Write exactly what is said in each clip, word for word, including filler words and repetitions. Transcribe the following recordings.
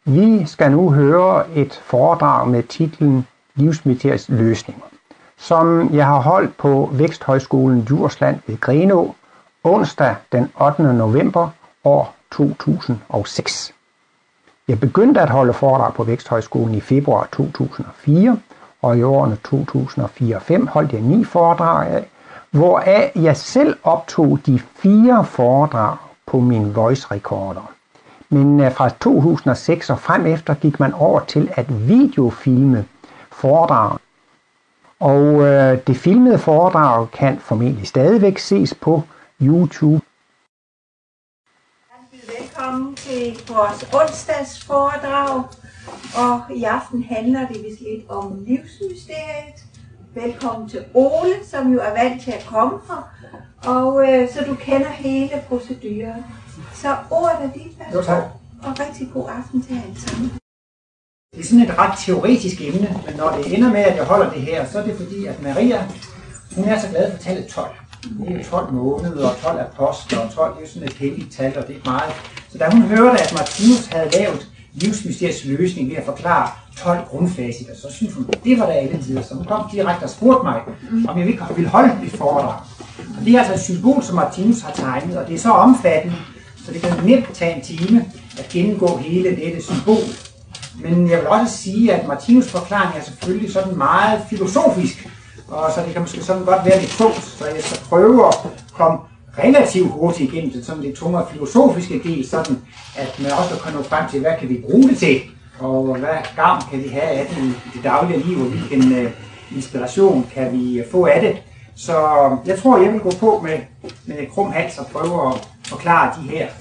Vi skal nu høre et foredrag med titlen Livsmysteriets løsninger, som jeg har holdt på Væksthøjskolen Djursland ved Grenaa onsdag den ottende november år to tusind og seks. Jeg begyndte at holde foredrag på Væksthøjskolen i februar to tusind og fire, og i årene to tusind og fire og fem holdt jeg ni foredrag af, hvoraf jeg selv optog de fire foredrag på min voice recorder. Men fra to tusind og seks og frem efter gik man over til at videofilme foredrag. Og øh, det filmede foredrag kan formentlig stadigvæk ses på YouTube. Velkommen til vores onsdagsforedrag, og i aften handler det vist lidt om livsmysteriet. Velkommen til Ole, som jo er vant til at komme her, og øh, så du kender hele proceduren. Så ordet er dit, jo, tak. Og rigtig god aften til alle sammen. Det er sådan et ret teoretisk emne, men når det ender med, at jeg holder det her, så er det fordi, at Maria, hun er så glad for tallet tolv. Det er jo tolv måneder, og tolv apostler, og tolv det er jo sådan et heldigt tal, og det er meget. Så da hun hørte, at Martinus havde lavet livsmysteriets løsning ved at forklare tolv grundfaciter, så synes hun, det var der alle tider. Så hun kom direkte og spurgte mig, om jeg ville holde et foredrag. Og det er altså et symbol, som Martinus har tegnet, og det er så omfattende, så det kan nemt tage en time at gennemgå hele dette symbol. Men jeg vil også sige, at Martinus' forklaring er selvfølgelig sådan meget filosofisk, og så det kan måske sådan godt være lidt tungt, så jeg skal prøve at komme relativt hurtigt igennem til sådan lidt tungere filosofiske del, sådan at man også kan nå frem til, hvad kan vi bruge det til, og hvad gavn kan vi have af det i det daglige liv, og hvilken uh, inspiration kan vi få af det. Så jeg tror, jeg vil gå på med, med et krum hals og prøve at forklare de her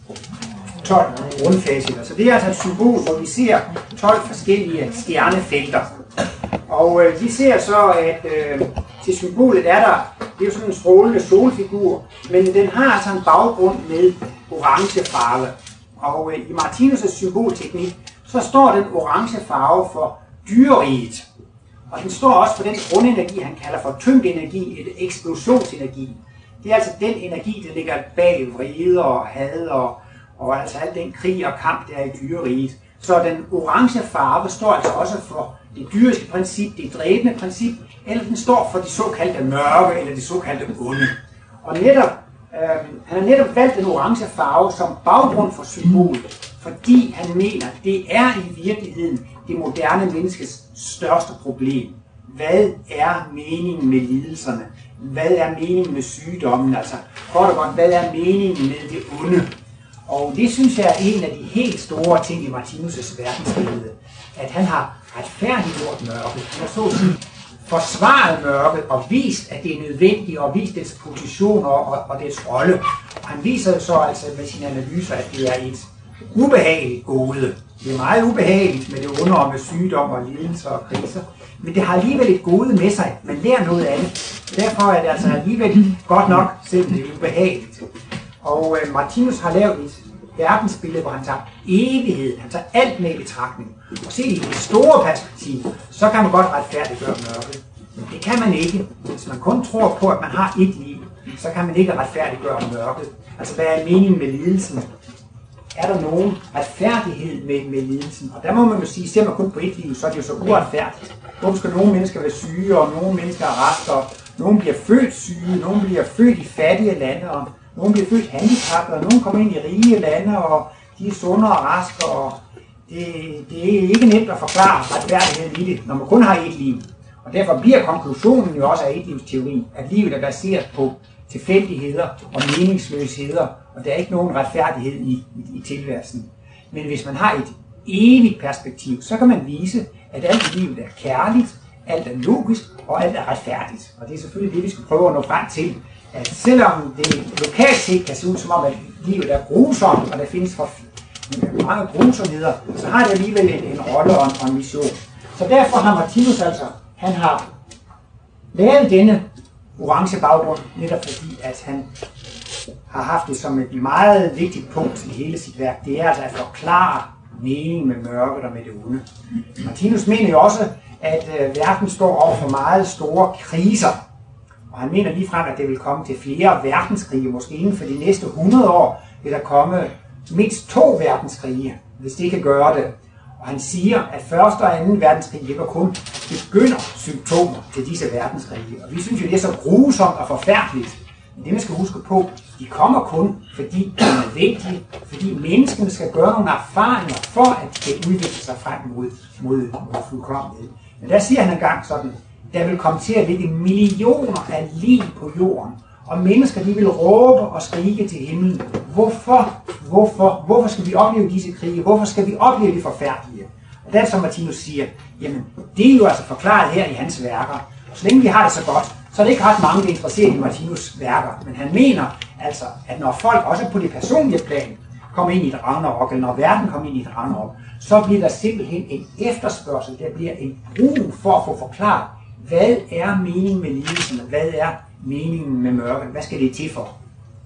tolv grundfaciter. Så det er altså et symbol, hvor vi ser tolv forskellige stjernefelter. Og øh, vi ser så, at øh, til symbolet er der, det er jo sådan en strålende solfigur, men den har altså en baggrund med orange farve. Og øh, i Martinus' symbolteknik, så står den orange farve for dyreriget. Og den står også for den grundenergi, han kalder for tyngdenergi, eller eksplosionsenergi. Det er altså den energi, der ligger bag vrede og had og, og altså al den krig og kamp, der er i dyreriget. Så den orange farve står altså også for det dyriske princip, det dræbende princip, eller den står for det såkaldte mørke, eller det såkaldte onde. Og netop, øh, han har netop valgt den orange farve som baggrund for symbolet, fordi han mener, at det er i virkeligheden det moderne menneskes største problem. Hvad er meningen med lidelserne? Hvad er meningen med sygdommen? Altså, kort og godt, hvad er meningen med det onde? Og det synes jeg er en af de helt store ting i Martinus' verdensbillede, at han har retfærdiggjort mørket. Han har så at sige forsvaret mørket og vist, at det er nødvendigt, og vist dets position og, og, og dets rolle. Og han viser jo så altså med sine analyser, at det er et ubehageligt gode. Det er meget ubehageligt med det onde og med sygdom og lidelser og kriser, men det har alligevel et gode med sig. Man lærer noget af det. Derfor er det altså alligevel godt nok, selvom det er ubehageligt. Og øh, Martinus har lavet et verdensbillede, hvor han tager evighed, han tager alt med i betragtning. Og set i det store perspektiv, så kan man godt retfærdiggøre mørket. Men det kan man ikke. Hvis man kun tror på, at man har et liv, så kan man ikke retfærdiggøre mørket. Altså, hvad er meningen med lidelsen? Er der nogen retfærdighed med, med lidelsen? Og der må man jo sige, ser man kun på et liv, så er det jo så uretfærdigt. Hvorfor skal nogle mennesker være syge, og nogle mennesker er raske, og nogle bliver født syge, nogle bliver født i fattige lande, og nogle bliver født handicappede, og nogle kommer ind i rige lande, og de er sunde og raske, og det, det er ikke nemt at forklare retfærdigheden i det, når man kun har et liv. Og derfor bliver konklusionen jo også af etlivsteorien, at livet er baseret på tilfældigheder og meningsløsheder, og der er ikke nogen retfærdighed i, i, i tilværelsen. Men hvis man har et evigt perspektiv, så kan man vise, at alt i livet er kærligt, alt er logisk, og alt er retfærdigt. Og det er selvfølgelig det, vi skal prøve at nå frem til, at selvom det lokalt set kan se ud som om, at livet er grusomt, og der findes for mange grusomheder, så har det alligevel en, en rolle og en, og en mission. Så derfor har Martinus altså, han har lavet denne orange baggrund, netop fordi, at han har haft det som et meget vigtigt punkt i hele sit værk. Det er altså at forklare meningen med mørket og med det onde. Martinus mener jo også, at øh, verden står over for meget store kriser. Og han mener ligefrem, at det vil komme til flere verdenskrige. Måske inden for de næste hundrede år vil der komme mindst to verdenskrige. hvis det kan gøre det. Og han siger, at første og anden verdenskrig ligger kun begynder symptomer til disse verdenskrige. Og vi synes jo, det er så grusomt og forfærdeligt. Men det man skal huske på, de kommer kun, fordi de er nødvendige, fordi menneskene skal gøre nogle erfaringer for, at de kan udvikle sig frem mod, mod, mod fuldkommenhed. Men der siger han engang sådan, der vil komme til at ligge millioner af lig på jorden, og mennesker de vil råbe og skrige til himlen. Hvorfor? Hvorfor? Hvorfor skal vi opleve disse krige? Hvorfor skal vi opleve det forfærdelige? Og der som Martinus siger, jamen det er jo altså forklaret her i hans værker. Så længe vi har det så godt, så er det ikke ret mange, der er interesseret i Martinus værker. Men han mener altså, at når folk også på det personlige plan kommer ind i et Ragnarok, eller når verden kommer ind i et Ragnarok, så bliver der simpelthen en efterspørgsel, der bliver en brug for at få forklaret, hvad er meningen med lidelsen, hvad er meningen med mørket, hvad skal det til for?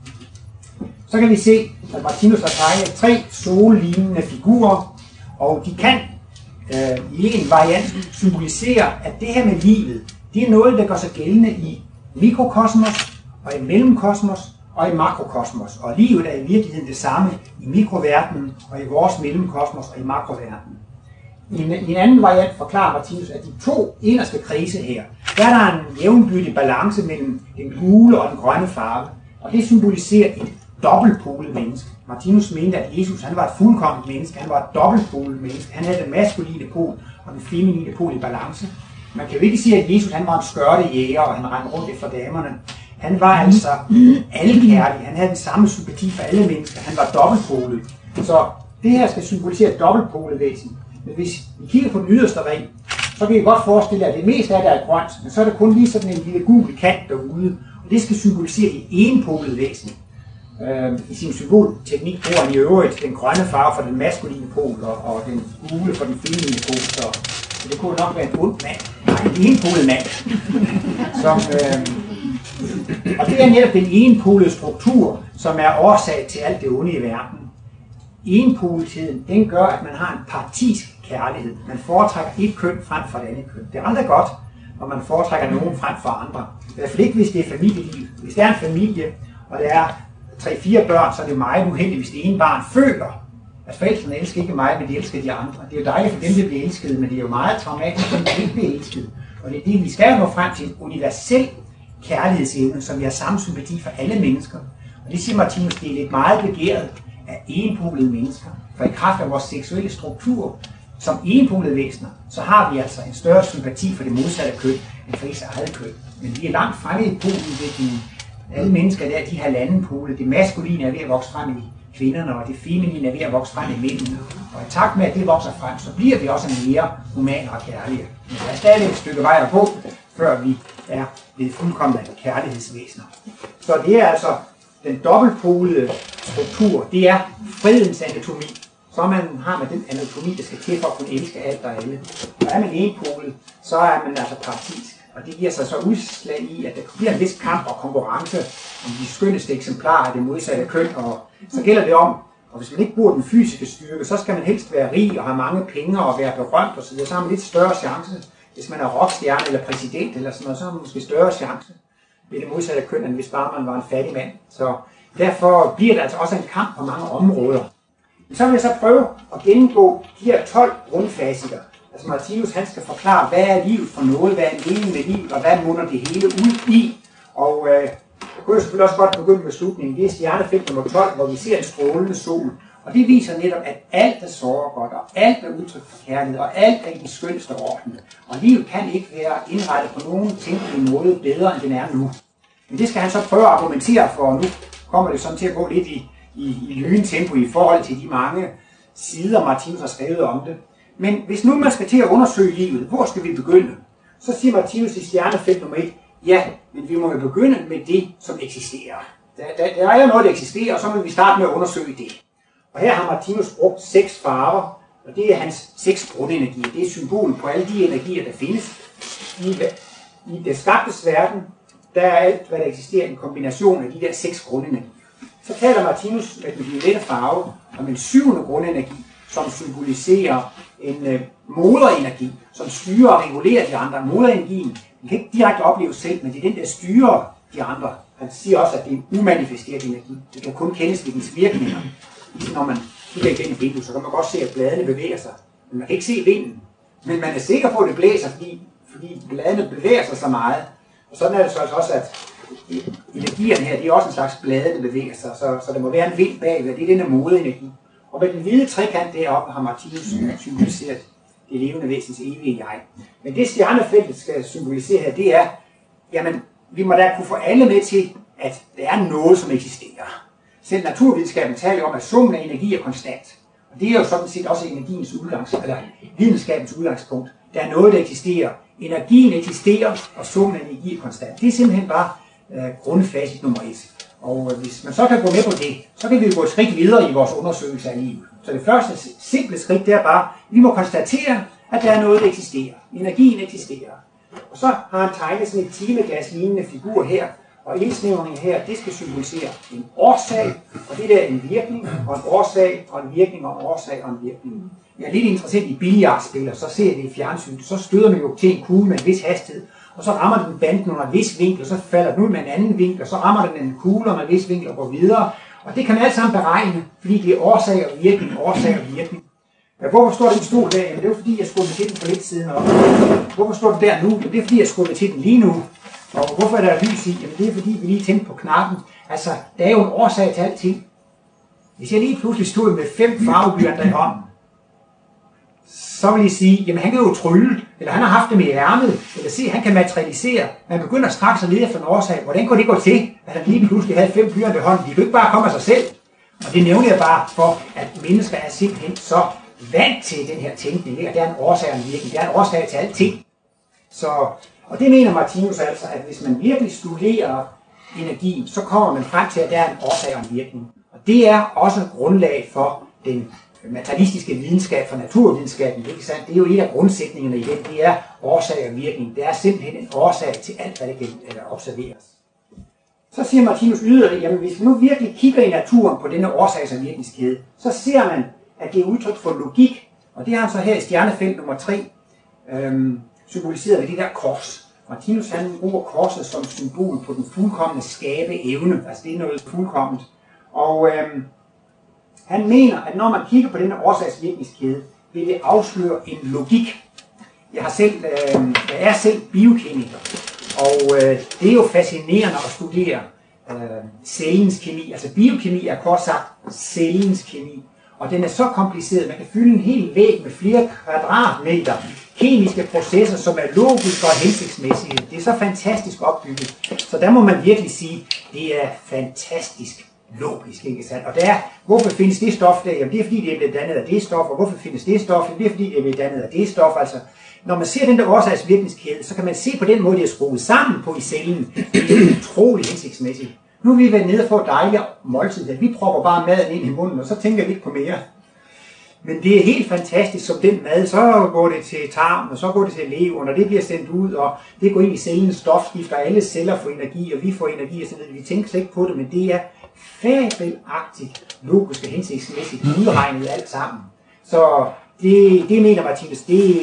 Så kan vi se, at Martinus har tegnet tre sollignende figurer, og de kan øh, i en variant symbolisere, at det her med livet, det er noget, der gør sig gældende i mikrokosmos, og i mellemkosmos, og i makrokosmos. Og livet er i virkeligheden det samme i mikroverdenen, og i vores mellemkosmos, og i makroverdenen. I en, i en anden variant forklarer Martinus, at de to inderste kredse her, der er der en jævnbyrdig balance mellem den gule og den grønne farve, og det symboliserer et dobbeltpolet menneske. Martinus mente, at Jesus han var et fuldkomment menneske, han var et dobbeltpolet menneske. Han havde den maskuline pol og den feminine pol i balance. Man kan jo ikke sige, at Jesus han var en skørte jæger, og han rendte rundt efter damerne. Han var altså alkærlig, han havde den samme sympati for alle mennesker, han var dobbeltpolet. Så det her skal symbolisere et dobbeltpolet væsen. Men hvis vi kigger på den yderste ring, så kan I godt forestille jer, at det meste af det er grønt, men så er der kun lige sådan en lille gul kant derude, og det skal symbolisere et enpolet væsen. Øh, I sin symbolteknik bruger han i øvrigt den grønne farve for den maskuline pol, og, og den gule for den feminine pol, så, så det kunne nok være en ond mand, nej, en enpolet mand. Som, øh, og det er netop den enpolede struktur, som er årsag til alt det onde i verden. Enpoletheden, den gør, at man har en partisk kærlighed. Man foretrækker et køn frem for et andet køn. Det er aldrig godt, når man foretrækker nogen frem for andre. I hvert fald ikke, hvis det er familieliv. Hvis det er en familie, og der er tre-fire børn, så er det meget uheldigt, hvis det ene barn føler, at forældrene elsker ikke mig, men de elsker de andre. Det er jo dejligt for dem, der bliver elsket, men det er jo meget traumatisk, for dem, der ikke bliver elsket. Og det er det, vi skal nå frem til en universel kærlighedsevne, som vi har samme sympati for alle mennesker. Og det siger Martinus, det er lidt meget begæret af enpolede mennesker. For i kraft af vores seksuelle struktur, som enpolede væsener, så har vi altså en større sympati for det modsatte køn, end for ens eget køn. Men vi er langt fremme i poludviklingen. Alle mennesker der, de har halvanden pole. Det maskuline er ved at vokse frem i kvinderne, og det feminine er ved at vokse frem i mændene. Og i takt med, at det vokser frem, så bliver vi også mere humane og kærlige. Men der er stadig et stykke vej at gå, før vi er blevet fuldkomne kærlighedsvæsener. Så det er altså den dobbeltpolede struktur, det er fredens anatomi. Så man har man den anatomi, der skal til for at kunne elske alt og alle. Og er man enpolet, så er man altså partisk. Og det giver sig så udslag i, at der bliver en vis kamp og konkurrence om de skønneste eksemplarer af det modsatte køn. Og så gælder det om, og hvis man ikke bruger den fysiske styrke, så skal man helst være rig og have mange penge og være berømt osv. Så har man lidt større chance. Hvis man er rockstjerne eller præsident eller sådan noget, så har man måske større chance ved det modsatte køn, end hvis bare man var en fattig mand. Så derfor bliver det altså også en kamp på mange områder. Men så vil jeg så prøve at gennemgå de her tolv grundfaciter. Altså Martinus han skal forklare, hvad er livet for noget, hvad er meningen med livet, og hvad munder det hele ud i. Og øh, jeg kunne jo selvfølgelig også godt begynde med slutningen. Det er stjernefelt nummer tolv, hvor vi ser en strålende sol. Og det viser netop, at alt er såre godt, og alt er udtryk for kærlighed, og alt er i den skønneste orden. Og livet kan ikke være indrettet på nogen tænkelig måde bedre, end den er nu. Men det skal han så prøve at argumentere for, og nu kommer det sådan til at gå lidt i, i, i lyntempo i forhold til de mange sider, Martinus har skrevet om det. Men hvis nu man skal til at undersøge livet, hvor skal vi begynde? Så siger Martinus i stjernefelt nummer et, ja, men vi må jo begynde med det, som eksisterer. Der, der, der er jo noget, der eksisterer, og så må vi starte med at undersøge det. Og her har Martinus brugt seks farver, og det er hans seks grundenergier. Det er symbolet på alle de energier, der findes. I, i det skabtes verden, der er alt, hvad der eksisterer, en kombination af de der seks grundenergier. Så taler Martinus med den violette farve om en syvende grundenergi, som symboliserer en øh, moderenergi, som styrer og regulerer de andre. Moderenergien, den kan ikke direkte opleves selv, men det er den, der styrer de andre. Han siger også, at det er en umanifesteret energi. Det kan kun kendes ved dens virkninger. Ligesom når man kigger igennem vinduet, så kan man godt se, at bladene bevæger sig. Men man kan ikke se vinden. Men man er sikker på, at det blæser, fordi, fordi bladene bevæger sig så meget. Og sådan er det så altså også, at energierne her, det er også en slags blade, der bevæger sig, så, så der må være en vind bagved, det er den modeenergi. Og med den hvide trekant deroppe har Martinus symboliseret det levende væsens evige jeg. Men det stjernefeltet skal symbolisere her, det er, jamen, vi må da kunne få alle med til, at der er noget, som eksisterer. Selv naturvidenskaben taler om, at summen af energi er konstant. Og det er jo sådan set også energiens udgangs, eller videnskabens udgangspunkt. Der er noget, der eksisterer. Energien eksisterer, og summen af energi er konstant. Det er simpelthen bare øh, grundfacit nummer et. Og øh, hvis man så kan gå med på det, så kan vi gå et skridt videre i vores undersøgelse af livet. Så det første simple skridt, det er bare, at vi må konstatere, at der er noget, der eksisterer. Energien eksisterer. Og så har han tegnet sådan et timeglas-lignende figur her, og indsnævringen her, det skal symbolisere en årsag, og det der er en virkning, og en årsag, og en virkning, og en årsag, og en virkning. Jeg er lidt interesseret i billiardspil, og så ser jeg det i fjernsyn, så støder man jo til en kugle med en vis hastighed, og så rammer den banden under en vis vinkel, og så falder den ud med en anden vinkel, og så rammer den en kugle med en vis vinkel og går videre. Og det kan man alt sammen beregne, fordi det er årsag og virkning, årsag og virkning. Ja, hvorfor står den stol der? Jamen, det er fordi, jeg skulle til den for lidt siden. Og hvorfor står den der nu? Jamen, det er fordi, jeg skulle til den lige nu. Og hvorfor er der lys i? Jamen, det er fordi, vi lige tændte på knappen. Altså, der er jo en årsag til alting. Hvis jeg lige pludselig stod med fem farveblyanter i hånden, så vil I sige, jamen han kan jo trylle, eller han har haft dem i ærmet, eller se, han kan materialisere. Man begynder straks at lede efter en årsag. Hvordan kunne det gå til, at han lige pludselig havde fem blyanter i hånden? De kan ikke bare komme af sig selv. Og det nævner jeg bare for, at mennesker er simpelthen så vant til den her tænkning, ikke? Og der er en årsag og en virkning. Der er en årsag til alting. Så, og det mener Martinus altså, at hvis man virkelig studerer energien, så kommer man frem til, at der er en årsag og en virkning. Og det er også grundlag for den materialistiske videnskab, for naturvidenskaben, ikke sandt? Det er jo en af grundsætningerne i den, det er årsag og virkning. Det er simpelthen en årsag til alt, hvad der kan observeres. Så siger Martinus yderligere, jamen hvis vi nu virkelig kigger i naturen på denne årsags- og virkningskæde, så ser man, at det er udtryk for logik, og det har han så her i stjernefelt nummer tre øhm, symboliseret ved det der kors. Martinus han bruger korset som symbol på den fuldkommende skabe evne, altså det er noget fuldkomment. Og øhm, han mener, at når man kigger på denne årsagsvirkningskæde, vil det afsløre en logik. Jeg, har selv, øh, jeg er selv biokemiker, og øh, det er jo fascinerende at studere øh, cellens kemi. Altså biokemi er kort sagt cellens kemi, og den er så kompliceret, man kan fylde en hel væg med flere kvadratmeter kemiske processer, som er logiske og hensigtsmæssige. Det er så fantastisk opbygget, så der må man virkelig sige, det er fantastisk logisk, ikke sandt? Og der, hvorfor findes det stof der? Jamen det er fordi, det er blevet dannet af det stof, og hvorfor findes det stof? Jamen, det er fordi, det er blevet dannet af det stof. Altså, når man ser den der årsagsvirkningskæde, så kan man se på den måde, det er skruet sammen på i cellen. Det er utrolig hensigtsmæssigt. Nu er vi været nede for et dejligt måltid, at vi propper bare maden ind i munden, og så tænker vi ikke på mere. Men det er helt fantastisk som den mad, så går det til tarmen, og så går det til leveren, og det bliver sendt ud, og det går ind i cellens stofskifter, og alle celler får energi, og vi får energi og sådan noget. Vi tænker slet ikke på det, men det er fabelagtigt, logisk og hensigtsmæssigt udregnet alt sammen. Så det, det mener Martinus, det,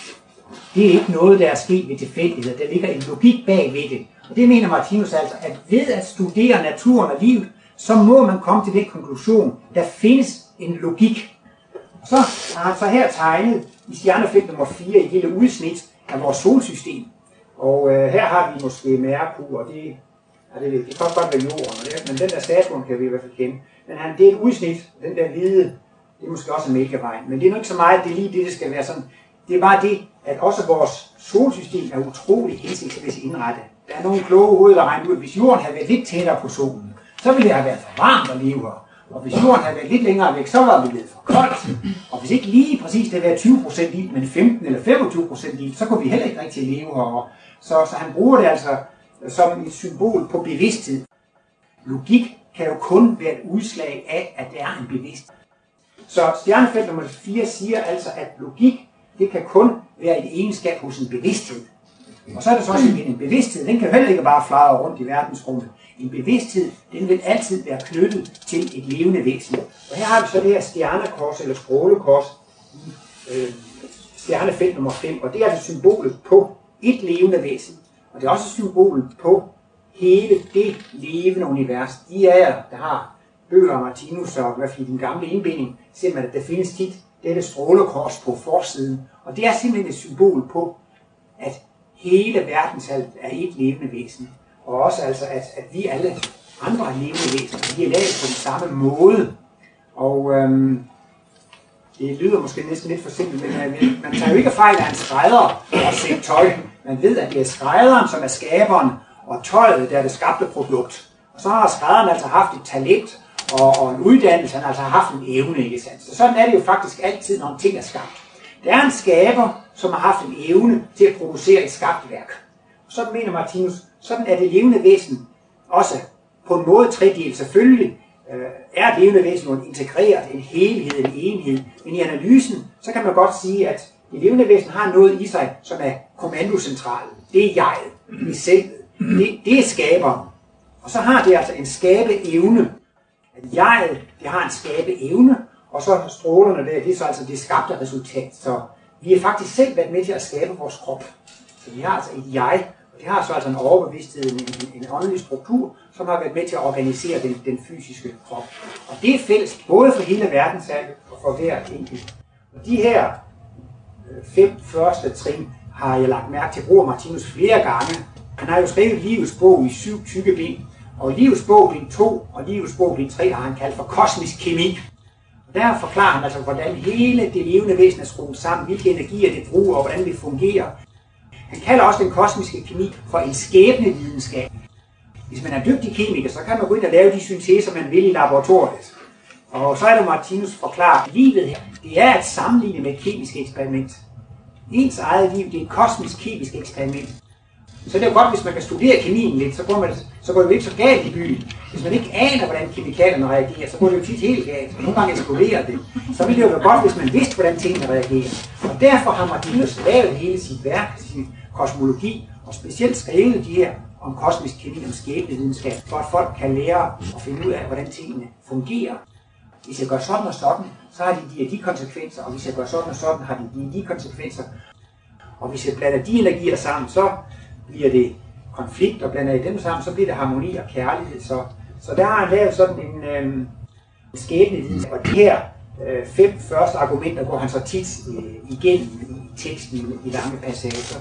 det er ikke noget, der er sket ved tilfældighed. Der ligger en logik bag ved det. Og det mener Martinus altså, at ved at studere naturen og livet, så må man komme til den konklusion, der findes en logik. Og så har han så her tegnet i stjernefelt nummer fire et lille udsnit af vores solsystem. Og øh, her har vi måske Merkur, og det, ja, det, det kan også godt være jorden, og det, men den der Saturn kan vi i hvert fald kende. Men han, det er et udsnit, den der hvide, det er måske også en Mælkevej, men det er nok ikke så meget, det er lige det, det skal være sådan. Det er bare det, at også vores solsystem er utrolig hensigtsmæssigt indrettet. Der er nogle kloge hoveder, der regner ud, at hvis jorden havde været lidt tættere på solen, så ville det have været for varmt at leve her. Og hvis jorden havde været lidt længere væk, så var det blevet for koldt. Og hvis ikke lige præcis det var tyve procent ilt, men femten eller femogtyve procent ilt, så kunne vi heller ikke rigtig leve her. Så, så han bruger det altså som et symbol på bevidsthed. Logik kan jo kun være et udslag af, at der er en bevidsthed. Så stjernefelt nummer fire siger altså, at logik, det kan kun være et egenskab hos en bevidsthed. Og så er der så også en bevidsthed, den kan heller ikke bare flage rundt i verdensrummet. En bevidsthed, den vil altid være knyttet til et levende væsen. Og her har vi så det her stjernekors eller strålekors i øh, stjernefelt nummer fem, og det er altså symbolet på et levende væsen. Og det er også symbolet på hele det levende univers. De af jer, der har bøger af Martinus, og i hvert fald i den gamle indbinding, ser man, at der findes tit dette strålekors på forsiden. Og det er simpelthen et symbol på, at hele verdensaltet er et levende væsen. Og også altså, at, at vi alle andre levende væsener, vi er lavet på den samme måde. Og øhm, det lyder måske næsten lidt for simpelt, men øh, man tager jo ikke fejl af en skrædder og sætte tøj. Man ved, at det er skrædderen, som er skaberen, og tøjet, der er det skabte produkt. Og så har skrædderen altså haft et talent og, og en uddannelse, han altså har haft en evne, ikke sandt? Så sådan er det jo faktisk altid, når en ting er skabt. Der er en skaber, som har haft en evne til at producere et skabt værk. Og sådan mener Martinus, sådan er det levende væsen også på en måde tredelt. Selvfølgelig øh, er det levende væsen en integreret, en helhed, en enhed. Men i analysen, så kan man godt sige, at det levende væsen har noget i sig, som er kommandocentralen. Det er jeget, det er selvet, det, det er skaberen. Og så har det altså en skabeevne. At jeget, det har en skabeevne, og så strålerne der, det er så altså det skabte resultat. Så vi har faktisk selv været med til at skabe vores krop. Så vi har altså et jeg, og det har så altså en overbevidsthed, en, en, en åndelig struktur, som har været med til at organisere den, den fysiske krop. Og det er fælles både for hele verdensaltet og for hver enkelt. Og de her fem første trin har jeg lagt mærke til, bruger Martinus flere gange. Han har jo skrevet Livets bog i syv tykke bind, og Livets bog bind to og Livets bog bind tre har han kaldt for kosmisk kemi. Og der forklarer han altså, hvordan hele det levende væsen er skruet sammen, hvilke energier det bruger og hvordan det fungerer. Han kalder også den kosmiske kemi for en skæbnevidenskab. Hvis man er dygtig kemiker, så kan man gå ind og lave de synteser, man vil i laboratoriet. Og så er det Martinus forklarer, at livet her, det er at sammenligne med et kemisk eksperiment. Ens eget liv, det er et kosmisk kemisk eksperiment. Så det er jo godt, hvis man kan studere kemien lidt, så går, man, så går det jo ikke så galt i byen. Hvis man ikke aner, hvordan kemikalierne reagerer, så går det jo tit helt galt, og nogle gange eksploderer det. Så ville det jo være godt, hvis man vidste, hvordan tingene reagerer. Og derfor har Martinus lavet hele sit værk, sin kosmologi, og specielt skrevet de her om kosmisk kemi, om skæbnevidenskab, for at folk kan lære og finde ud af, hvordan tingene fungerer. Hvis jeg gør sådan og sådan, så har de de og de konsekvenser, og hvis jeg gør sådan og sådan, har de de og de konsekvenser. Og hvis jeg blander de energier sammen, så bliver det konflikt, og blander jeg dem sammen, så bliver det harmoni og kærlighed. Så, så der har han lavet sådan en øh, skæbnevidenskab, og de her øh, fem første argumenter går han så tit øh, igennem i teksten i, i lange passager.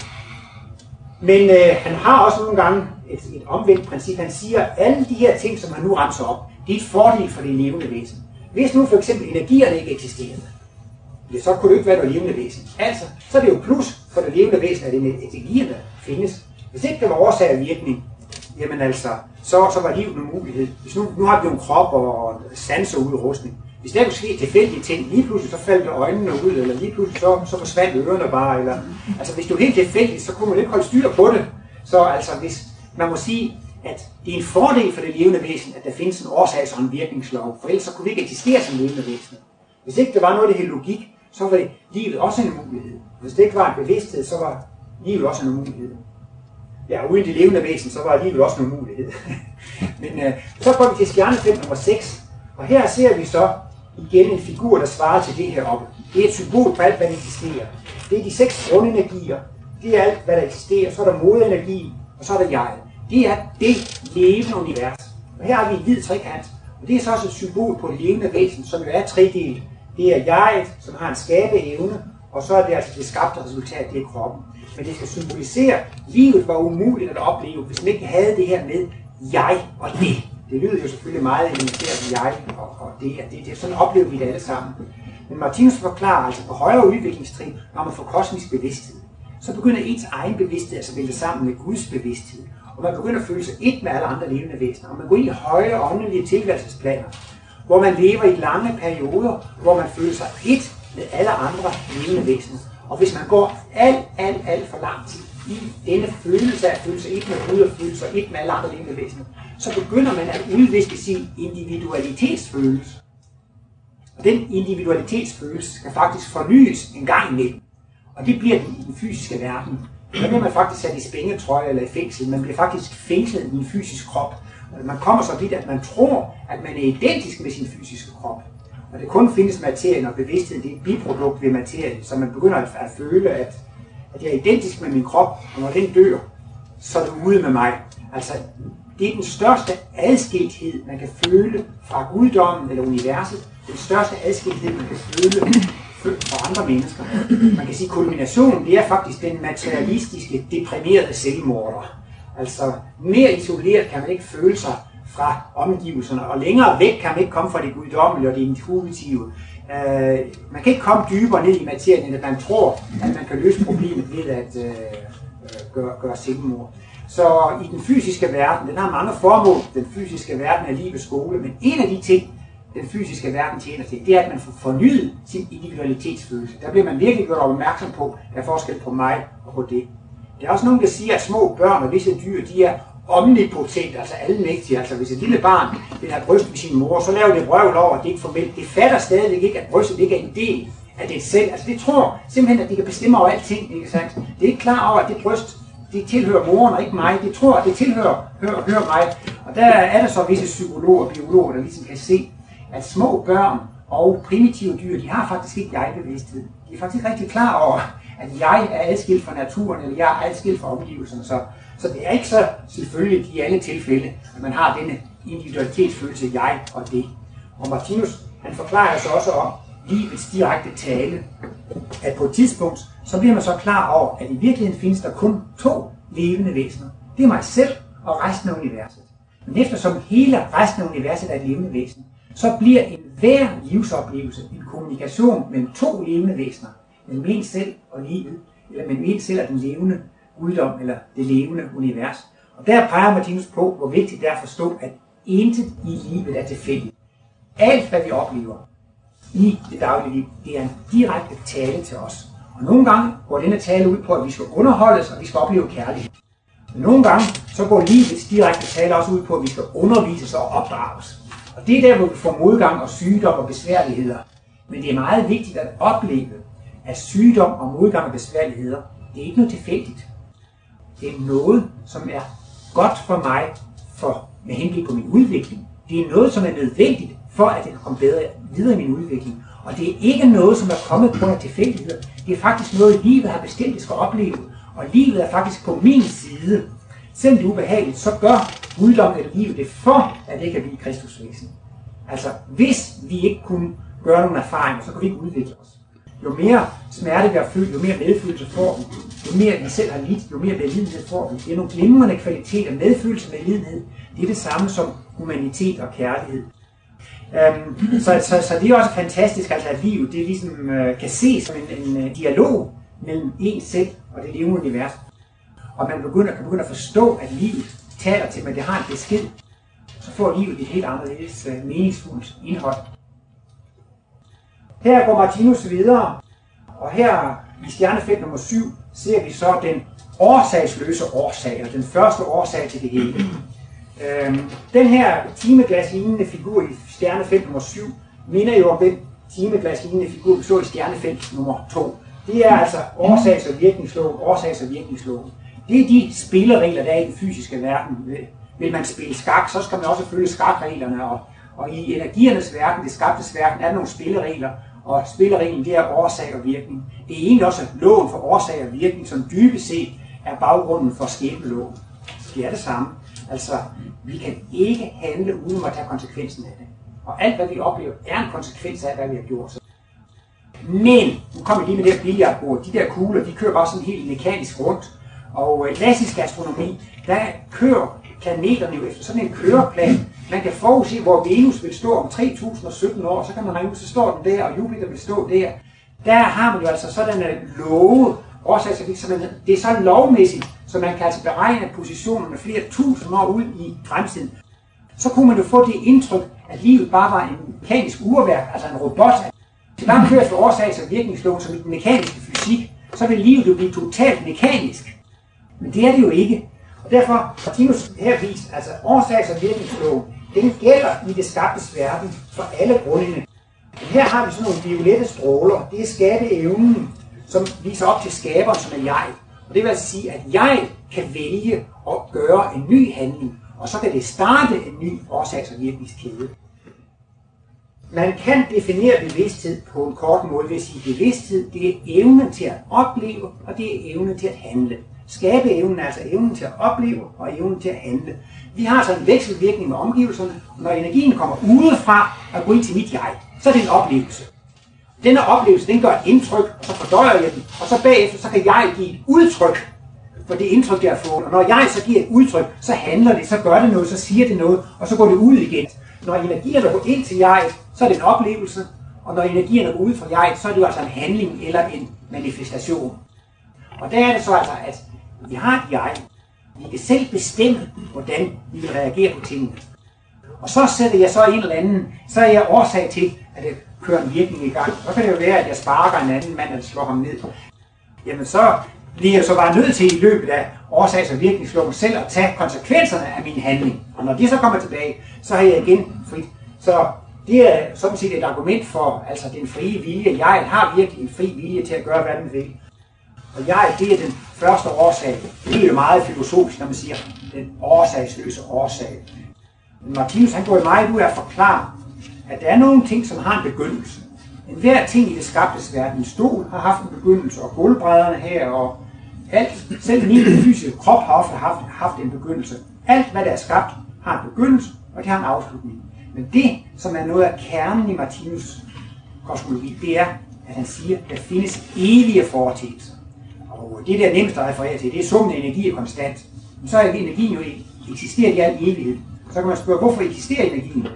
Men øh, han har også nogle gange et, et omvendt princip. Han siger, at alle de her ting, som han nu remser op, det er et fordel for det levende væsen. Hvis nu for eksempel energierne ikke eksisterede, ja, så kunne det ikke være noget levende væsen. Altså, så er det jo plus for det levende væsen, at energierne findes. Hvis ikke der var årsag og virkning, jamen altså, så, så var livet en mulighed. Hvis nu, nu har vi jo en krop og sanseudrustning. Hvis der kunne ske tilfældige ting, lige pludselig så faldt øjnene ud, eller lige pludselig så, så forsvandt ørerne bare. Eller, altså hvis det var helt tilfældigt, så kunne man ikke holde styr på det. Så altså, hvis man må sige, at det er en fordel for det levende væsen, at der findes en årsags- og en virkningslov, for ellers så kunne det ikke eksistere som levende væsen. Hvis ikke der var noget, der hed logik, så var det livet også en mulighed. Hvis det ikke var en bevidsthed, så var livet også en mulighed. Ja, uden det levende væsen, så var livet også en mulighed. Men øh, så går vi til stjernefelt nummer seks, og her ser vi så igen en figur, der svarer til det her oppe. Det er et symbol på alt, hvad der eksisterer. Det er de seks grundenergier. Det er alt, hvad der eksisterer. Så er der moderenergi, og så er der jeg. Det er det levende univers. Og her har vi en hvid trekant, og det er så også et symbol på det levende væsen, som jo er tredelt. Det er jeget, som har en skabeevne, og så er det altså det skabte resultat, det er kroppen. Men det skal symbolisere, at livet var umuligt at opleve, hvis man ikke havde det her med jeg og det. Det lyder jo selvfølgelig meget elementært, jeg og, og det og det. det. Sådan oplever vi det alle sammen. Men Martinus forklarer altså på højere udviklingstrin, når man får kosmisk bevidsthed, så begynder ens egen bevidsthed altså at vælge sammen med Guds bevidsthed. Og man begynder at føle sig et med alle andre levende væsener. Og man går ind i højere åndelige tilværelsesplaner, hvor man lever i lange perioder, hvor man føler sig et med alle andre levende væsener. Og hvis man går alt, alt, alt for lang tid i denne følelse af at føle sig et med Gud og føle sig et med alle andre levende væsener, så begynder man at udviske sin individualitetsfølelse. Og den individualitetsfølelse skal faktisk fornyes en gang imellem. Og det bliver den i den fysiske verden. Der bliver man faktisk sat i spængetrøje eller i fængsel. Man bliver faktisk fængslet i en fysisk krop. Man kommer så vidt, at man tror, at man er identisk med sin fysiske krop. Og det kun findes materien og bevidstheden, det er et biprodukt ved materien, så man begynder at, at føle, at, at jeg er identisk med min krop, og når den dør, så er det ude med mig. Altså, Det er den største adskilthed, man kan føle fra guddommen eller universet. Den største adskilthed, man kan føle fra andre mennesker. Man kan sige, at kulminationen, det er faktisk den materialistiske, deprimerede selvmorder. Altså, mere isoleret kan man ikke føle sig fra omgivelserne, og længere væk kan man ikke komme fra det guddommelige og det intuitive. Uh, man kan ikke komme dybere ned i materien, end at man tror, at man kan løse problemet ved at uh, uh, gøre, gøre selvmord. Så i den fysiske verden, den har mange formål. Den fysiske verden er livets skole, men en af de ting, den fysiske verden tjener til, det er, at man får fornyet sin individualitetsfølelse. Der bliver man virkelig gjort opmærksom på, at der er forskel på mig og på det. Der er også nogen, der siger, at små børn og visse dyr, de er omnipotente, altså almægtige. Altså hvis et lille barn vil have bryst ved sin mor, så laver det vrøvl over, at det ikke får mælk. Det fatter stadigvæk ikke, at brystet ikke er en del af det selv. Altså det tror simpelthen, at de kan bestemme over alting, ikke sandt? Det er ikke klar over, at det bryst, det tilhører moren og ikke mig. Det tror, at det tilhører hører, hører mig. Og der er der så visse psykologer og biologer, der ligesom kan se, at små børn og primitive dyr, de har faktisk ikke jeg-bevidsthed. De er faktisk ikke rigtig klar over, at jeg er adskilt fra naturen, eller jeg er adskilt fra omgivelserne. Så, så det er ikke så selvfølgelig i alle tilfælde, at man har denne individualitetsfølelse, jeg og det. Og Martinus, han forklarer så også om livets direkte tale, at på et tidspunkt, så bliver man så klar over, at i virkeligheden findes der kun to levende væsener. Det er mig selv og resten af universet. Men eftersom hele resten af universet er et levende væsen, så bliver enhver livsoplevelse en kommunikation mellem to levende væsener, mellem en selv og livet, eller mellem en selv og den levende guddom, eller det levende univers. Og der peger Martinus på, hvor vigtigt det er at forstå, at intet i livet er tilfældigt. Alt, hvad vi oplever i det daglige liv, det er en direkte tale til os. Og nogle gange går denne tale ud på, at vi skal underholdes, og vi skal opleve kærlighed. Men nogle gange så går livets direkte tale også ud på, at vi skal undervises og opdrages. Og det er der, hvor vi får modgang og sygdom og besværligheder. Men det er meget vigtigt at opleve, at sygdom og modgang og besværligheder, det er ikke noget tilfældigt. Det er noget, som er godt for mig for, med henblik på min udvikling. Det er noget, som er nødvendigt for, at jeg kan komme bedre videre i min udvikling. Og det er ikke noget, som er kommet på en tilfældighed. Det er faktisk noget, livet har bestemt, det skal opleve. Og livet er faktisk på min side. Selvom det er ubehageligt, så gør guddommen eller livet det for, at det kan blive Kristusvæsen. Altså, hvis vi ikke kunne gøre nogle erfaringer, så kan vi ikke udvikle os. Jo mere smerte vi har følt, jo mere medfølelse får vi. Jo mere vi selv har lidt, jo mere medlidenhed får vi. Det er nogle glimrende kvaliteter. Medfølelse og medlidenhed, det er det samme som humanitet og kærlighed. Um, så, så, så det er også fantastisk, altså, at livet det ligesom, uh, kan ses som en, en uh, dialog mellem en selv og det levende univers. Og man begynder, kan begynde at forstå, at livet taler til, men det har en besked. Så får livet et helt anderledes uh, meningsfuldt indhold. Her går Martinus videre, og her i stjernefelt nummer syv ser vi så den årsagsløse årsag, eller den første årsag til det hele. Øhm, den her timeglaslignende figur i stjernefelt nummer syv minder jo om den timeglaslignende figur, vi så i stjernefelt nummer to. Det er altså årsags- og virkningsloven, årsags- og virkningsloven. Det er de spilleregler, der er i den fysiske verden. Vil man spille skak, så skal man også følge skakreglerne, og, og i energiernes verden, det skabtes verden, er der nogle spilleregler, og spillereglen det er årsag og virkning. Det er egentlig også loven for årsag og virkning, som dybest set er baggrunden for skæbneloven. Det er det samme. Altså, vi kan ikke handle uden at tage konsekvensen af det. Og alt, hvad vi oplever, er en konsekvens af, hvad vi har gjort. Men, nu kommer vi lige med det her billiardbord. De der kugler, de kører bare sådan helt mekanisk rundt. Og i klassisk astronomi, der kører planeterne jo efter sådan en køreplan. Man kan forudse, hvor Venus vil stå om tre tusind og sytten år, så kan man regne ud, så står den der, og Jupiter vil stå der. Der har man jo altså sådan en love, årsagsvirkning, det er så lovmæssigt, så man kan altså beregne positionerne flere tusind år ud i fremtiden. Så kunne man jo få det indtryk, at livet bare var en mekanisk urværk, altså en robot. Hvis det bare køres for årsags- og virkningsloven som i den mekaniske fysik, så vil livet jo blive totalt mekanisk. Men det er det jo ikke. Og derfor, Martinus her viser, altså årsags- og virkningsloven, den gælder i det skabtes verden for alle grundene. Men her har vi sådan nogle violette stråler, det er skabeevnen, som viser op til skaberen, som er jeg. Og det vil altså sige, at jeg kan vælge at gøre en ny handling, og så kan det starte en ny årsags- og virkningskæde. Man kan definere bevidsthed på en kort måde ved at sige, at bevidsthed det er evnen til at opleve, og det er evnen til at handle. Skabeevnen er altså evnen til at opleve og evnen til at handle. Vi har så en vekselvirkning med omgivelserne, og når energien kommer udefra og går ind til mit jeg, så er det en oplevelse. Denne oplevelse, den gør et indtryk, og så fordøjer jeg den, og så bagefter så kan jeg give et udtryk for det indtryk, jeg har fået. Og når jeg så giver et udtryk, så handler det, så gør det noget, så siger det noget, og så går det ud igen. Når energierne går ind til jeg, så er det en oplevelse, og når energierne går ud fra jeg, så er det jo altså en handling eller en manifestation. Og der er det så altså, at vi har et jeg. Vi kan selv bestemme, hvordan vi vil reagere på tingene. Og så sætter jeg så en eller anden, så er jeg årsag til, at det kører en virkning i gang. Så kan det jo være, at jeg sparker en anden mand, eller slår ham ned. Jamen så bliver jeg så bare nødt til i løbet af årsags- og virkningsloven selv at tage konsekvenserne af min handling. Og når de så kommer tilbage, så har jeg igen frit. Så det er sådan set et argument for altså den frie vilje. Jeg har virkelig en fri vilje til at gøre, hvad den vil. Og jeg, det er den første årsag. Det er jo meget filosofisk, når man siger den årsagsløse årsag. Men Martinus, han går i meget ud af at forklare, at der er nogle ting, som har en begyndelse. En hver ting i det skabtes verden. En stol har haft en begyndelse, og gulvbrædderne her, og alt, selv min fysiske krop har ofte haft, haft en begyndelse. Alt, hvad der er skabt, har en begyndelse, og det har en afslutning. Men det, som er noget af kernen i Martinus' kosmologi, det er, at han siger, at der findes evige foreteelser. Og det der er nemmest at referere til, det er summen af energi og konstant. Men så er energien jo eksisterer i al evighed. Så kan man spørge, hvorfor eksisterer energien?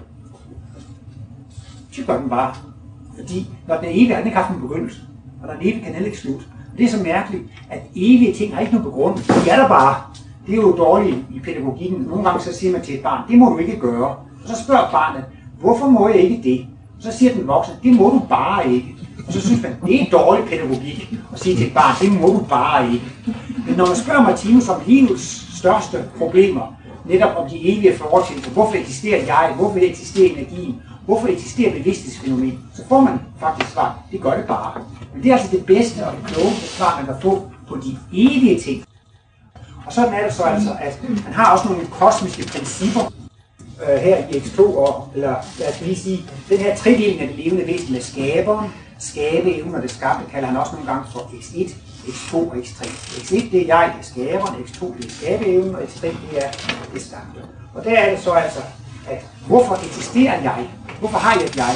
Det gør den bare. Fordi når den er evig, har den ikke haft en begyndelse. Og når den er evig, kan den ikke slutte. Og det er så mærkeligt, at evige ting har ikke nogen begrundelse. De er der bare. Det er jo dårligt i pædagogikken. Nogle gange så siger man til et barn, det må du ikke gøre. Og så spørger barnet, hvorfor må jeg ikke det? Og så siger den voksne, det må du bare ikke. Og så synes man, det er dårlig pædagogik at sige til et barn, det må du bare ikke. Men når man spørger Martinus om livets største problemer, netop om de evige foreteelser, hvorfor eksisterer jeg, hvorfor eksisterer energien, hvorfor eksisterer bevidsthedsfænomen, så får man faktisk svar, det gør det bare. Men det er altså det bedste og det klogeste svar, man kan få på de evige ting. Og sådan er det så altså, at man har også nogle kosmiske principper øh, her i X to, og, eller lad os lige sige, den her tredeling af det levende væsen med skaberen, skabeevnen og det skabte, kalder han også nogle gange for X et, X to og X tre. X et det er jeg, det er skaberen, X to det er skabeevnen, og X tre det er det skabte. Og der er det så altså, at hvorfor eksisterer jeg? Hvorfor har jeg et jeg?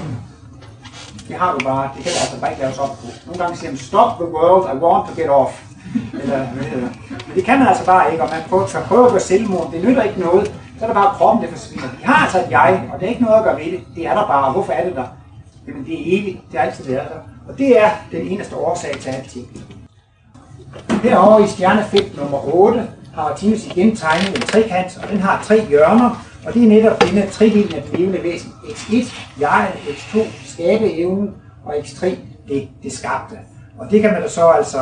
Det har du bare, det kan der altså bare ikke laves op på. Nogle gange siger man, stop the world, I want to get off. Eller, eller. Men det kan man altså bare ikke, og man prøver, kan prøve at gøre selvmord, det nytter ikke noget. Så er der bare kroppen, der forsvinder. Vi har altså et jeg, og det er ikke noget at gøre ved det. Det er der bare, og hvorfor er det der? Jamen det er evigt, det har altid været der. Og det er den eneste årsag til alting. Herovre i stjernefelt nummer otte har Martinus igen tegnet en trekant, og den har tre hjørner. Og det er netop denne tredeling af det levende væsen. X et, jeg, X to, skabeevnen, og X tre, det, det skabte. Og det kan man da så altså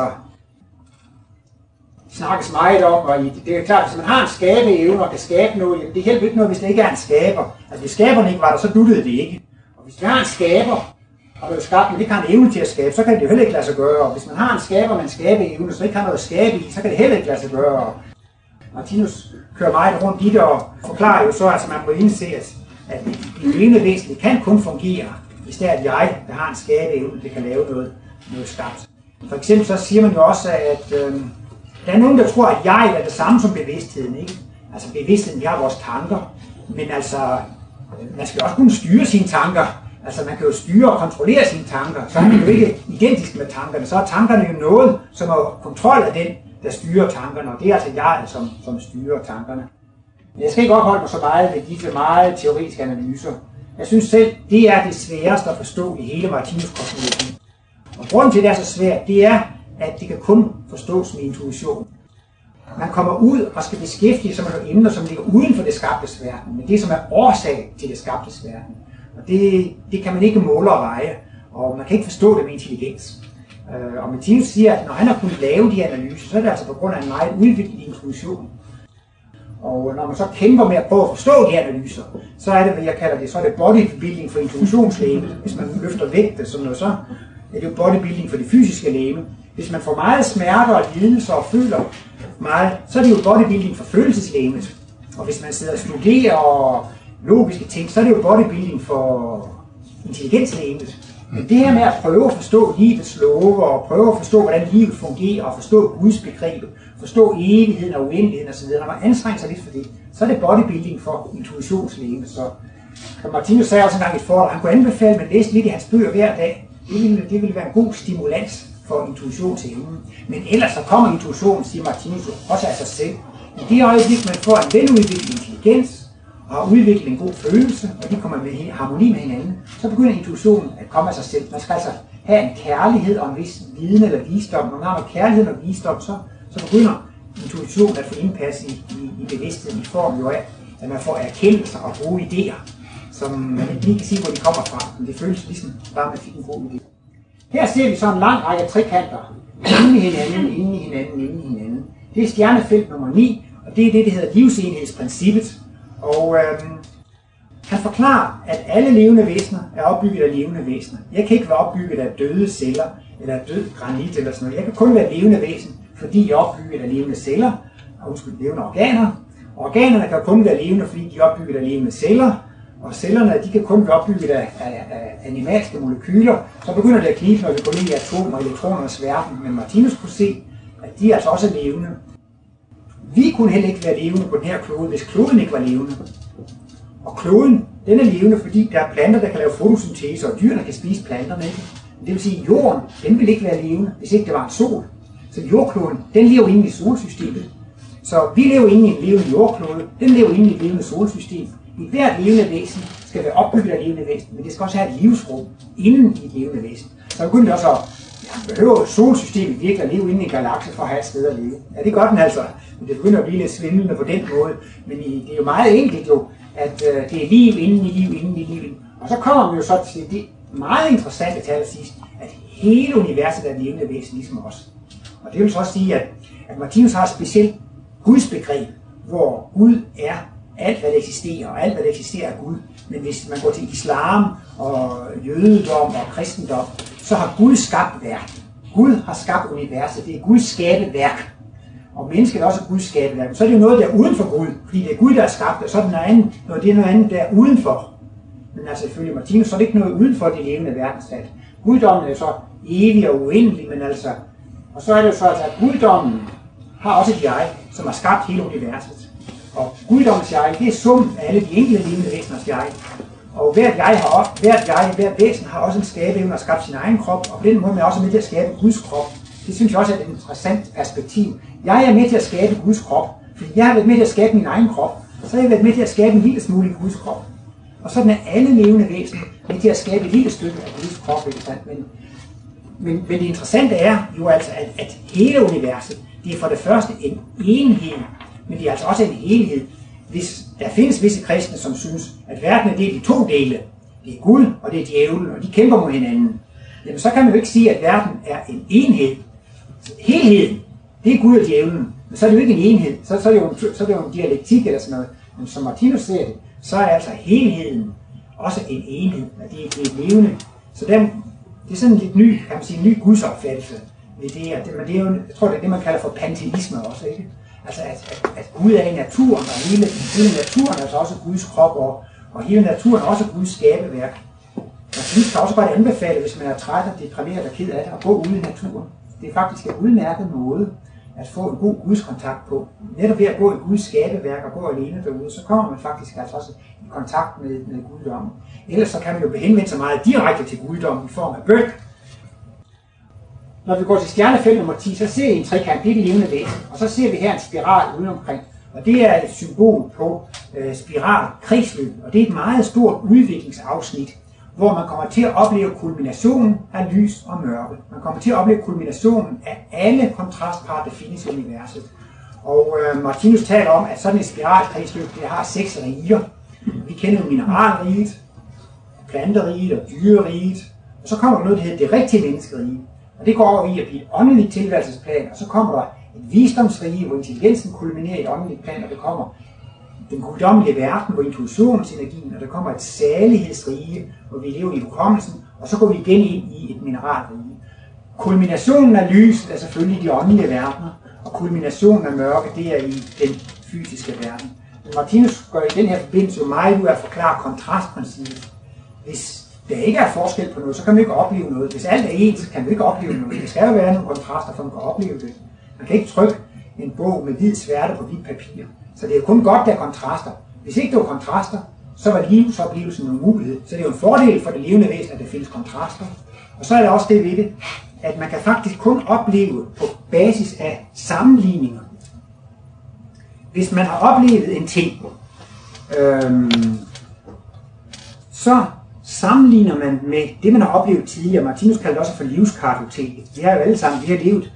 snakkes meget om, og det er klart, hvis man har en skabeevne og kan skabe noget, det hjælper ikke noget, hvis det ikke er en skaber. Altså hvis skaberen ikke var der, så duttede det ikke. Og hvis vi har en skaber, og det er skabt, men ikke har en evne til at skabe, så kan det jo heller ikke lade sig gøre. Og hvis man har en skaber med en skabeevne, så ikke har noget at skabe i, så kan det heller ikke lade sig gøre. Martinus kører meget rundt i det og forklarer jo så, at man må indse, at det levende væsen kan kun fungere, hvis det er et jeg, der har en skabeevne, det kan lave noget, noget skabt. For eksempel så siger man jo også, at øh, der er nogen, der tror, at jeg er det samme som bevidstheden, ikke? Altså bevidstheden, vi har vores tanker, men altså, man skal også kunne styre sine tanker. Altså man kan jo styre og kontrollere sine tanker, så er man jo ikke identisk med tankerne. Så er tankerne jo noget, som er kontrol af den, der styrer tankerne, og det er altså jeg, som, som styrer tankerne. Men jeg skal ikke opholde mig så meget ved disse meget teoretiske analyser. Jeg synes selv, det er det sværeste at forstå i hele Martinus' kosmologi. Og grunden til, at det er så svært, det er, at det kan kun forstås med intuition. Man kommer ud og skal beskæftige sig med nogle emner, som ligger uden for det skabtes verden, men det som er årsag til det skabtes verden. Og det, det kan man ikke måle og veje, og man kan ikke forstå det med intelligens. Og Martinus siger, at når han har kunnet lave de analyser, så er det altså på grund af en meget udviklet intuition. Og når man så kæmper med at prøve at forstå de analyser, så er det, hvad jeg kalder det, så er det bodybuilding for intuitionslægemet. Hvis man løfter vægte, sådan noget, så er det jo bodybuilding for det fysiske lægeme. Hvis man får meget smerter og lidelser og føler meget, så er det jo bodybuilding for følelseslægemet. Og hvis man sidder og studerer og logiske ting, så er det jo bodybuilding for intelligenslægemet. Men det her med at prøve at forstå livets love, og prøve at forstå, hvordan livet fungerer, og forstå Guds begrebet, forstå evigheden og uendeligheden osv., når man anstrenger sig lidt for det, så er det bodybuilding for intuitionslægen. Så Martinus sagde også engang i et foredrag, han kunne anbefale, at man læste lidt i hans bøger hver dag. Det ville, det ville være en god stimulans for intuitionsevnen. Men ellers så kommer intuitionen, siger Martinus, også af sig selv. I det øjeblik, man får en veludviklet intelligens, og har udviklet en god følelse, og de kommer med harmoni med hinanden, så begynder intuitionen at komme af sig selv. Man skal altså have en kærlighed og en vis viden eller visdom. Når man har noget kærlighed og visdom, så, så begynder intuitionen at få indpas i, i, i bevidstheden i form jo af, at man får erkendelser og gode idéer, som man ikke lige kan sige, hvor de kommer fra, men det føles ligesom bare, man fik en god idé. Her ser vi så en lang række trekanter, inde i hinanden, inde i hinanden, inde i hinanden. Det er stjernefelt nummer ni, og det er det, der hedder livsenhedsprincippet. Og øhm, han forklarer, at alle levende væsener er opbygget af levende væsener. Jeg kan ikke være opbygget af døde celler, eller af død granit eller sådan noget. Jeg kan kun være levende væsen, fordi jeg er opbygget af levende celler, og undskyld, levende organer. Og organerne kan kun være levende, fordi de er opbygget af levende celler. Og cellerne, de kan kun være opbygget af, af, af animalske molekyler. Så begynder det at knibe, når vi går ned i atomer og elektronernes verden. Men Martinus kunne se, at de er altså også levende. Vi kunne heller ikke være levende på den her klode, hvis kloden ikke var levende. Og kloden, den er levende, fordi der er planter, der kan lave fotosyntese, og dyrene kan spise planterne. Ikke? Det vil sige, at jorden, den vil ikke være levende, hvis ikke det var en sol. Så jordkloden, den lever inde i solsystemet. Så vi lever inde i en levende jordklode, den lever inde i et levende solsystem. I hvert levende væsen skal være opbygget af levende væsen, men det skal også have et livsrum inden i et levende væsen. Så begynder det også at, ja, behøver solsystemet virkelig at leve inde i en galakse for at have et sted at leve. Ja, det gør den altså, men det begynder at blive lidt svimlende på den måde. Men det er jo meget enkelt jo, at uh, det er liv inden i liv, inden i liv. Og så kommer vi jo så til det meget interessante til allersidst, at hele universet er et levende væsen ligesom os. Og det vil så også sige, at, at Martinus har et specielt Guds begreb, hvor Gud er alt, hvad der eksisterer, og alt, hvad der eksisterer, er Gud. Men hvis man går til islam og jødedom og kristendom, så har Gud skabt verden. Gud har skabt universet. Det er Guds skabeværk. Og mennesket er også Guds skabeværk. Så er det jo noget, der er uden for Gud, fordi det er Gud, der er skabt, og så er det noget andet, noget, det er noget andet, der er udenfor. Men altså ifølge Martinus, så er det ikke noget udenfor det levende verdensfald. Guddommen er jo så evig og uendelig, men altså... Og så er det jo så, at guddommen har også et jeg, som har skabt hele universet. Og guddommens jeg, det er summen af alle de enkelte levende væseners jeg. Og hvert jeg, har, hvert jeg, hvert væsen har også en skabeevne og skabt sin egen krop, og på den måde er man også med til at skabe Guds krop. Det synes jeg også er et interessant perspektiv. Jeg er med til at skabe Guds krop, fordi jeg har været med til at skabe min egen krop, og så har jeg været med til at skabe en lille smule Guds krop. Og sådan er alle levende væsener med til at skabe et lille stykke af Guds krop, ikke sandt? Men, men, men det interessante er jo altså, at, at hele universet, det er for det første en enhed, men det er altså også en helhed. Hvis der findes visse kristne, som synes, at verden er delt i to dele, det er Gud og det er djævlen, og de kæmper mod hinanden, jamen så kan man jo ikke sige, at verden er en enhed. Helheden, det er Gud og djævlen, men så er det jo ikke en enhed, så, så, er, det jo en, så er det jo en dialektik eller sådan noget. Men som Martinus ser det, så er altså helheden også en enhed, at det, det er levende. Så den, det er sådan en lidt ny, kan man sige, en ny gudsopfattelse ved det, at det, men det er jo, jeg tror, det er det, man kalder for panteisme også, ikke? Altså, at, at, at Gud er i naturen, og hele, hele naturen er altså også Guds krop, og, og hele naturen er også Guds skabeværk. Og synes kan også bare anbefale, hvis man er træt og deprimeret og ked af det, at gå ude i naturen. Det er faktisk en udmærket måde at få en god gudskontakt på. Netop ved at gå i Guds skabeværk og gå alene derude, så kommer man faktisk altså også i kontakt med, med guddommen. Ellers så kan man jo henvende sig meget direkte til guddommen i form af bøn. Når vi går til stjernefelt nummer ti, så ser vi en trekant, det er det levende væsen, og så ser vi her en spiral udenomkring. Og det er et symbol på øh, spiral-kredsløb, og det er et meget stort udviklingsafsnit, hvor man kommer til at opleve kulminationen af lys og mørke. Man kommer til at opleve kulminationen af alle kontrastparer, der findes i universet. Og øh, Martinus taler om, at sådan et spiralkredsløb, det har seks riger. Vi kender jo mineralriget, planteriget og dyreriget, og så kommer der noget, der hedder det rigtige menneskerige. Og det går over i at blive et åndeligt tilværelsesplan, og så kommer der et visdomsrige, hvor intelligensen kulminerer i et åndeligt plan, og der kommer den guddommelige verden, hvor intuitionsenergien, og der kommer et salighedsrige, hvor vi lever i hukommelsen, og så går vi igen ind i et mineralrige. Kulminationen af lyset er selvfølgelig de åndelige verdener, og kulminationen af mørke, det er i den fysiske verden. Men Martinus gør i den her forbindelse jo meget ud af at forklare kontrastprincippet. Hvis der ikke er forskel på noget, så kan man ikke opleve noget. Hvis alt er ens, så kan man ikke opleve noget. Det skal jo være nogle kontraster, for man kan opleve det. Man kan ikke trykke en bog med hvid sværte på hvidt papir. Så det er jo kun godt, der er kontraster. Hvis ikke der var kontraster, så var livsoplevelsen en mulighed. Så det er jo en fordel for det levende væsen, at der findes kontraster. Og så er der også det ved det, at man kan faktisk kun opleve på basis af sammenligninger. Hvis man har oplevet en ting, øhm, så sammenligner man med det, man har oplevet tidligere. Martinus kalder det også for livskartoteket. Vi har jo alle sammen, vi har levet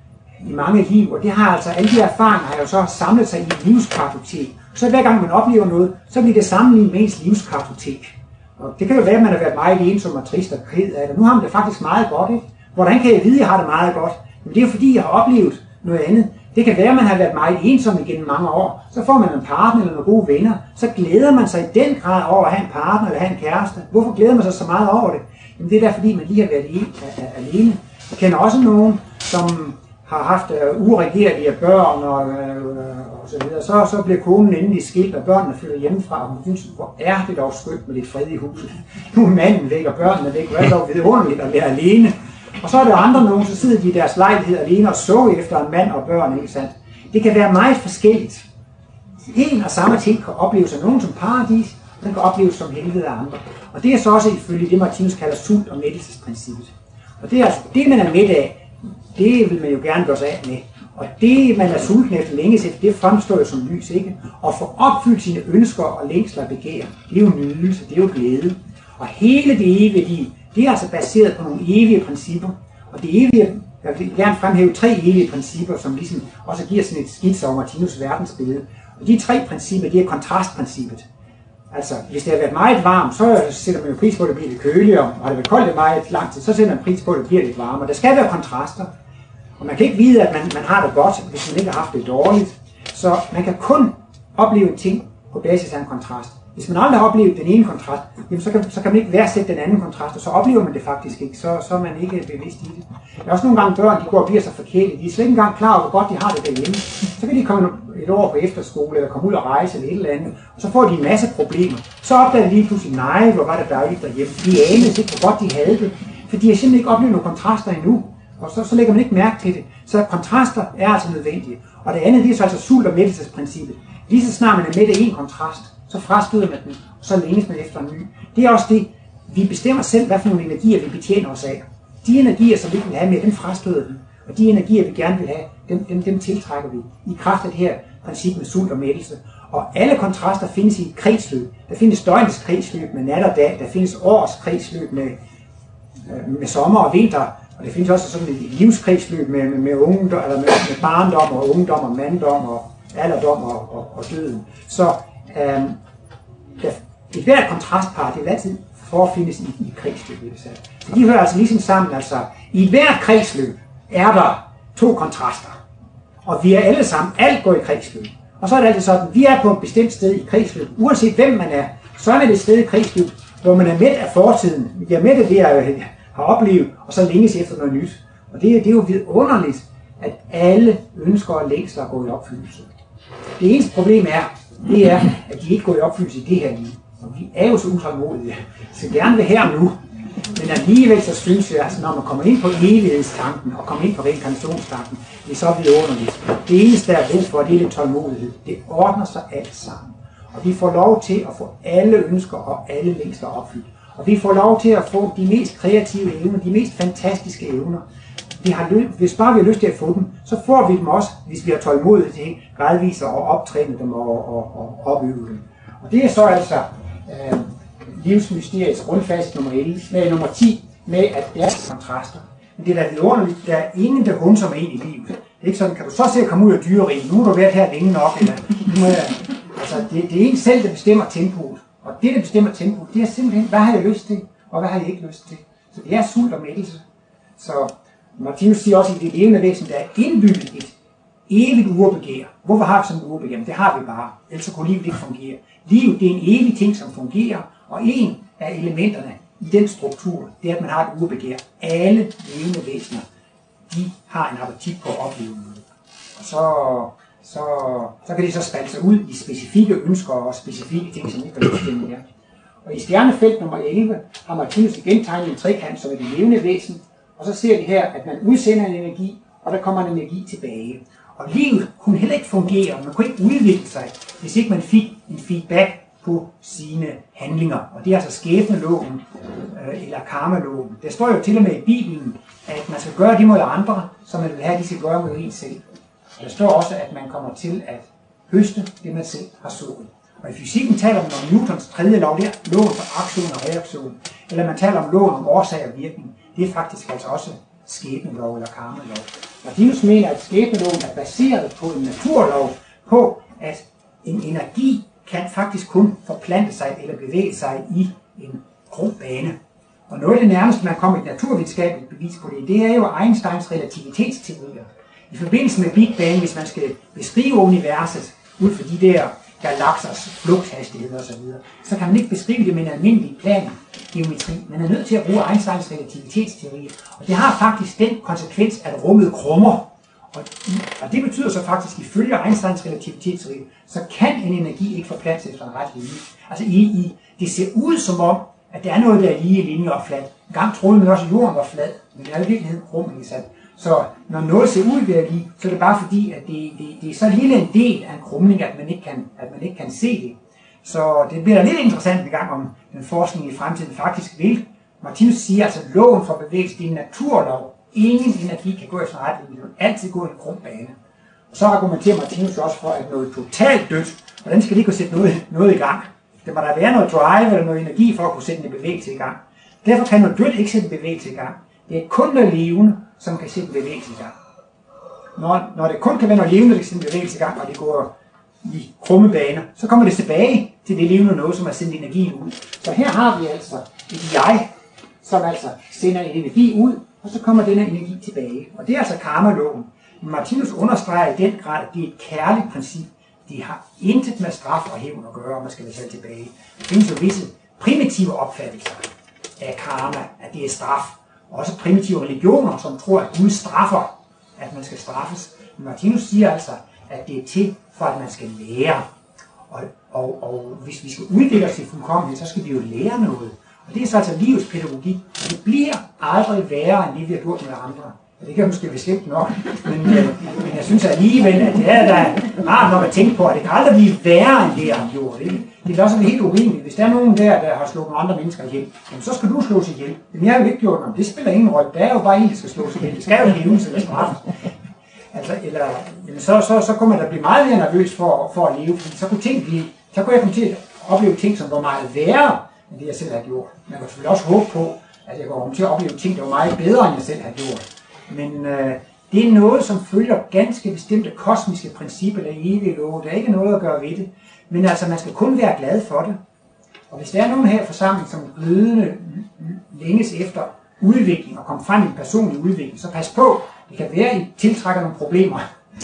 i mange liv, og det har altså, alle de erfaringer har jo så samlet sig i et livskartotek. Så hver gang man oplever noget, så bliver det sammenlignet med ens livskartotek. Og det kan jo være, at man har været meget ensom og trist og ked af det. Nu har man det faktisk meget godt, ikke? Hvordan kan jeg vide, at jeg har det meget godt? Men det er jo fordi, jeg har oplevet noget andet. Det kan være, at man har været meget ensom igennem mange år. Så får man en partner eller nogle gode venner. Så glæder man sig i den grad over at have en partner eller have en kæreste. Hvorfor glæder man sig så meget over det? Jamen det er der, fordi man lige har været alene. Jeg kender også nogen, som har haft uh, uregerlige børn og, uh, og så videre. Så, så bliver konen endelig skilt, og børnene flytter hjemmefra, og hun synes, hvor er det dog skønt med lidt fred i huset. Nu er manden væk, og børnene væk, hvor er det dog vidunderligt at være alene. Og så er der andre nogen, så sidder de i deres lejlighed alene og så efter en mand og børn, ikke sandt? Det kan være meget forskelligt. En og samme ting kan opleves af nogen som paradis, og den kan opleves som helvede af andre. Og det er så også ifølge det, Martinus kalder sult- og mættelsesprincippet. Og det er altså det, man er mæt af, det vil man jo gerne gøre sig af med. Og det, man er sulten efter længes efter, det fremstår jo som lys, ikke? Og få opfyldt sine ønsker og længsler og begær, det er jo nydelse, det er jo glæde. Og hele det evige, det er altså baseret på nogle evige principper. Og det evige, jeg vil gerne fremhæve tre evige principper, som ligesom også giver sådan et skitse over Martinus' verdensbillede. Og de tre principper, det er kontrastprincippet. Altså, hvis det har været meget varmt, så sætter man jo pris på, at det bliver lidt køligere. Og har det været koldt i meget lang tid, så sætter man pris på, at det bliver lidt varmere. Der skal være kontraster. Og man kan ikke vide, at man, man har det godt, hvis man ikke har haft det dårligt. Så man kan kun opleve en ting på basis af en kontrast. Hvis man aldrig har oplevet den ene kontrast, jamen så, kan, så kan man ikke værdsætte den anden kontrast, og så oplever man det faktisk ikke. Så, så er man ikke bevidst i det. Der er også nogle gange børn, de går og bliver så forkælet. De er slet ikke engang klar over, hvor godt de har det derhjemme. Så kan de komme et år på efterskole, eller komme ud og rejse, eller et eller andet, og så får de en masse problemer. Så opdager de lige pludselig, nej, hvor var det dejligt derhjemme. De anede ikke, hvor godt de havde det, for de har simpelthen ikke oplevet nogle kontraster endnu. Og så, så lægger man ikke mærke til det. Så kontraster er altså nødvendige. Og det andet, det er så altså sult- og mættelsesprincippet. Lige så snart man er med af en kontrast, så frastøder man den, og så længes man efter en ny. Det er også det, vi bestemmer selv, hvad for nogle energier vi betjener os af. De energier, som vi ikke vil have mere, dem frastøder vi. Og de energier, vi gerne vil have, dem, dem, dem tiltrækker vi i kraft af det her princip med sult og mættelse. Og alle kontraster findes i et kredsløb. Der findes døgnets kredsløb med nat og dag. Der findes års kredsløb med, med sommer og vinter. Og det findes også sådan et livskredsløb med, med, med, ungdom, eller med, med barndom og ungdom og manddom og alderdom og, og, og døden. Så øhm, der, et hvert kontrastpar, det vil altid forefindes i, i kredsløbet. Så de hører altså ligesom sammen. Altså, i hvert kredsløb er der to kontraster. Og vi er alle sammen, alt går i kredsløb. Og så er det altid sådan, vi er på et bestemt sted i kredsløb. Uanset hvem man er, så er det et sted i kredsløb, hvor man er mæt af fortiden. Vi er mæt af det, jeg har oplevet, og så længes efter noget nyt. Og det, det er jo vidunderligt, at alle ønsker og længsler går i opfyldelse. Det eneste problem er, det er, at de ikke går i opfyldelse i det her liv. Og vi er jo så utålmodige, så gerne vil her nu. Men alligevel så synes jeg, at når man kommer ind på evighedstanken og kommer ind på reinkarnationstanken, det er så vidunderligt. Det eneste, der er brug for, det er lidt tålmodighed. Det ordner sig alt sammen. Og vi får lov til at få alle ønsker og alle længsler opfyldt. Og vi får lov til at få de mest kreative evner, de mest fantastiske evner. Vi har lø- hvis bare vi har lyst til at få dem, så får vi dem også, hvis vi har tålmodighed til gradvist at optræne dem og, og, og opøve dem. Og det er så altså øh, livsmysteriets grundfast nummer, elleve, med nummer ti, med at der er kontraster. Men det er da vidunderligt, der er ingen, der hundser med ind i livet. Det er ikke sådan, kan du så se at komme ud af dyreriget, nu har du været her længe nok, eller nu må jeg, altså det, det er en selv, der bestemmer tempoet. Og det, der bestemmer tempoet, det er simpelthen, hvad har jeg lyst til, og hvad har jeg ikke lyst til. Så det er sult og mættelse. Så Martinus siger også, at i det levende væsen, der er indbygget et evigt urbegær. Hvorfor har vi sådan et urbegær? Det har vi bare, ellers kunne livet ikke fungere. Livet, det er en evig ting, som fungerer, og en af elementerne i den struktur, det er, at man har et urbegær. Alle levende væsener, de har en appetit på at opleve noget. Og så, så, så kan det så spalte sig ud i specifikke ønsker og specifikke ting, som ikke er lyst til mere. Og i stjernefelt nummer elleve har Martinus igen tegnet en trekant som et levende væsen, og så ser vi her, at man udsender en energi, og der kommer en energi tilbage. Og livet kunne heller ikke fungere, man kunne ikke udvikle sig, hvis ikke man fik en feedback på sine handlinger. Og det er altså skæbneloven, øh, eller karmaloven. Der står jo til og med i Bibelen, at man skal gøre det mod andre, som man vil have, at de skal gøre mod en selv. Der står også, at man kommer til at høste det, man selv har sået. Og i fysikken taler man om Newtons tredje lov, der loven for aktion og reaktion. Eller man taler om loven om årsag og virkning. Det er faktisk altså også skæbnelov eller karmalov. Martinus mener, at skæbneloven er baseret på en naturlov, på at en energi kan faktisk kun forplante sig eller bevæge sig i en grundbane. Og noget af det nærmeste, man kommer et naturvidenskabeligt bevis på det, det er jo Einsteins relativitetsteorier. I forbindelse med Big Bang, hvis man skal beskrive universet ud fra de der galaksers flugthastighed osv., så kan man ikke beskrive det med en almindelig plan geometri. Man er nødt til at bruge Einsteins relativitetsteori. Og det har faktisk den konsekvens, at rummet krummer. Og, og det betyder så faktisk, ifølge Einsteins relativitetsteori, så kan en energi ikke forplante sig efter en ret linje. Altså i, i, det ser ud som om, at der er noget, der er lige linje og flad. En gang troede man også, at jorden var flad, men det er i virkeligheden rum, ikke sandt? Så når noget ser ud ved at lige, så er det bare fordi, at det, det, det er så lille en del af en krumning, at man ikke kan, at man ikke kan se det. Så det bliver lidt interessant en gang om den forskning i fremtiden faktisk vil. Martinus siger altså, at loven for bevægelse, det er en naturlov. Ingen energi kan gå efter ret linje. Den vil altid gå i en grundbane. Og så argumenterer Martinus også for, at noget totalt dødt, hvordan skal det kunne sætte noget, noget i gang? Der må der være noget drive eller noget energi for at kunne sætte en bevægelse i gang. Derfor kan noget dødt ikke sætte en bevægelse i gang. Det er kun noget levende, som kan sætte en bevægelse i gang. Når, når det kun kan være noget levende, der kan sætte en bevægelse i gang, og det går i krumme baner, så kommer det tilbage til det levende noget, som har sendt energien ud. Så her har vi altså et jeg, som altså sender en energi ud, og så kommer denne energi tilbage. Og det er altså karmaloven. Martinus understreger i den grad, at det er et kærligt princip. Det har intet med straf og hævn at gøre, om man skal betale tilbage. Der findes jo visse primitive opfattelser af karma, at det er straf. Også primitive religioner, som tror, at Gud straffer, at man skal straffes. Men Martinus siger altså, at det er til, for at man skal lære. Og, og, og hvis vi skal udvikle os til fuldkommenhed, så skal vi jo lære noget. Og det er så altså livets pædagogik. Det bliver aldrig værre, end det vi har gjort med andre. Det kan måske være slemt nok, men, øh, men jeg synes alligevel, at det er da rart nok at tænke på, at det kan aldrig blive værre, end det jeg har gjort. Ikke? Det er også helt urimeligt. Hvis der er nogen der, der har slået nogle andre mennesker ihjel, jamen, så skal du slås ihjel. Men jeg har jo ikke gjort noget. Det spiller ingen rolle. Der er jo bare en, der skal slås ihjel. Det skal jo hæves eller straffes. Altså, eller, jamen, så, så, så kunne man da blive meget mere nervøs for, for at leve, fordi så kunne, ting blive, så kunne jeg komme til at opleve ting, som var meget værre, end det jeg selv har gjort. Man kan selvfølgelig også håbe på, at jeg kommer til at opleve ting, der var meget bedre, end jeg selv har gjort. Men øh, det er noget, som følger ganske bestemte kosmiske principper eller evige love. Der er ikke noget at gøre ved det. Men altså, man skal kun være glad for det. Og hvis der er nogen her i forsamlingen, som glødende længes efter udvikling og komme frem i en personlig udvikling, så pas på. Det kan være, at I tiltrækker nogle problemer.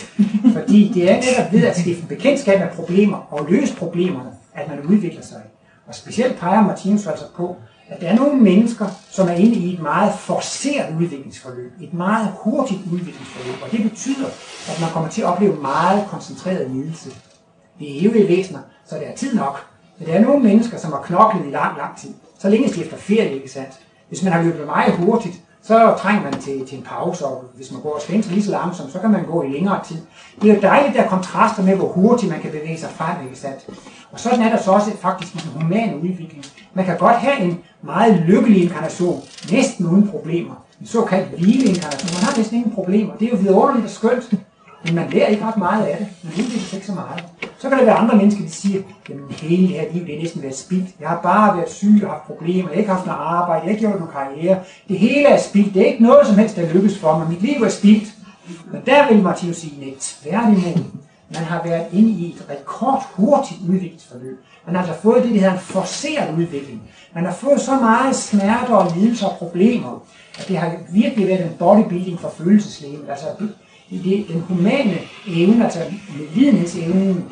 Fordi det er netop ved at stifte bekendtskab med problemer og løse problemerne, at man udvikler sig. Og specielt peger Martinus altså på, at der er nogle mennesker, som er inde i et meget forceret udviklingsforløb, et meget hurtigt udviklingsforløb, og det betyder, at man kommer til at opleve meget koncentreret lidelse. Det er evige væsener, så det er tid nok. Men der er nogle mennesker, som har knoklet i lang, lang tid, så længe de efter ferie, ikke sandt? Hvis man har løbet meget hurtigt, så trænger man til, til en pause, og hvis man går og slænser lige så langsomt, så kan man gå i længere tid. Det er jo dejligt, der kontraster med, hvor hurtigt man kan bevæge sig frem, ikke sandt? Og sådan er der så også faktisk i den humane udvikling. Man kan godt have en meget lykkelig inkarnation, næsten uden problemer. En såkaldt hvile-inkarnation. Man har næsten ingen problemer. Det er jo vidunderligt og skønt, men man lærer ikke ret meget af det. Man udvikler sig ikke så meget. Så kan der være andre mennesker, der siger, jamen hele det her liv, det er næsten været spildt. Jeg har bare været syg og haft problemer. Jeg har ikke haft noget arbejde. Jeg har ikke gjort nogen karriere. Det hele er spildt. Det er ikke noget som helst, der lykkes for mig. Mit liv er spildt. Men der vil Martinus sige, nej, tværtimod. Man har været inde i et rekordhurtigt udviklingsforløb. Man har altså fået det, der hedder en forceret udvikling. Man har fået så meget smerter og lidelser og problemer, at det har virkelig været en bodybuilding for følelseslivet. Altså det, den humane evne, altså medlidenhedsevnen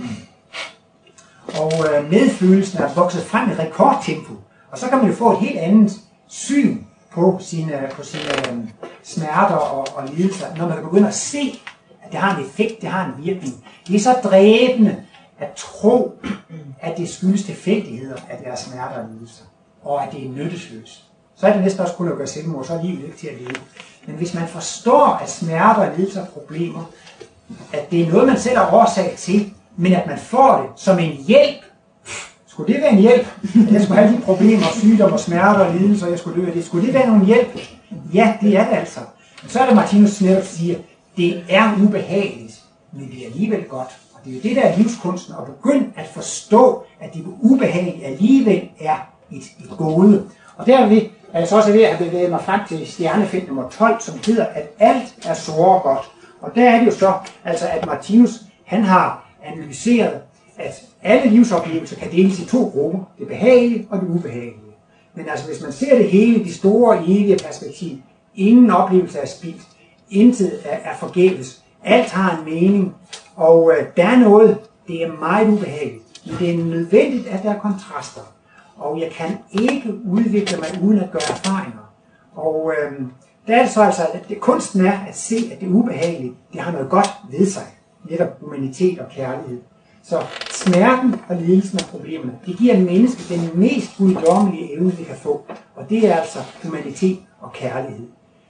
og øh, medfølelsen er vokset frem i rekordtempo. Og så kan man jo få et helt andet syn på sine, på sine øh, smerter og, og lidelser, når man begynder at se, at det har en effekt, det har en virkning. Det er så dræbende at tro, at det skyldes tilfældigheder, at der er smerter og lidelser, og at det er nyttesløst. Så er det næsten også kun at gøre selvmord, så er livet ikke til at leve. Men hvis man forstår, at smerter og lidelser og problemer, at det er noget, man selv er årsag til, men at man får det som en hjælp. Skulle det være en hjælp? At jeg skulle have de problemer, sygdom og smerter og lidelser, og jeg skulle dø af det. Skulle det være nogen hjælp? Ja, det er det altså. Men så er det Martinus netop siger, det er ubehageligt, men det er alligevel godt. Og det er jo det, der er livskunsten, at begynde at forstå, at det ubehagelige alligevel er et, et gode. Og derved er jeg så også ved at have bevæget mig frem til stjernefelt nummer tolv, som hedder, at alt er såre godt. Og der er det jo så, altså at Martinus, han har analyseret, at alle livsoplevelser kan deles i to grupper, det behagelige og det ubehagelige. Men altså hvis man ser det hele, det store evige perspektiv, ingen oplevelse er spildt, intet er, er forgæves, alt har en mening, og øh, der er noget, det er meget ubehageligt, men det er nødvendigt, at der er kontraster. Og jeg kan ikke udvikle mig uden at gøre erfaringer. Og øh, der er det så altså, at det, kunsten er at se, at det ubehagelige, det har noget godt ved sig. Netop humanitet og kærlighed. Så smerten og lidelsen og problemerne, det giver mennesket den mest guddommelige evne, vi kan få. Og det er altså humanitet og kærlighed.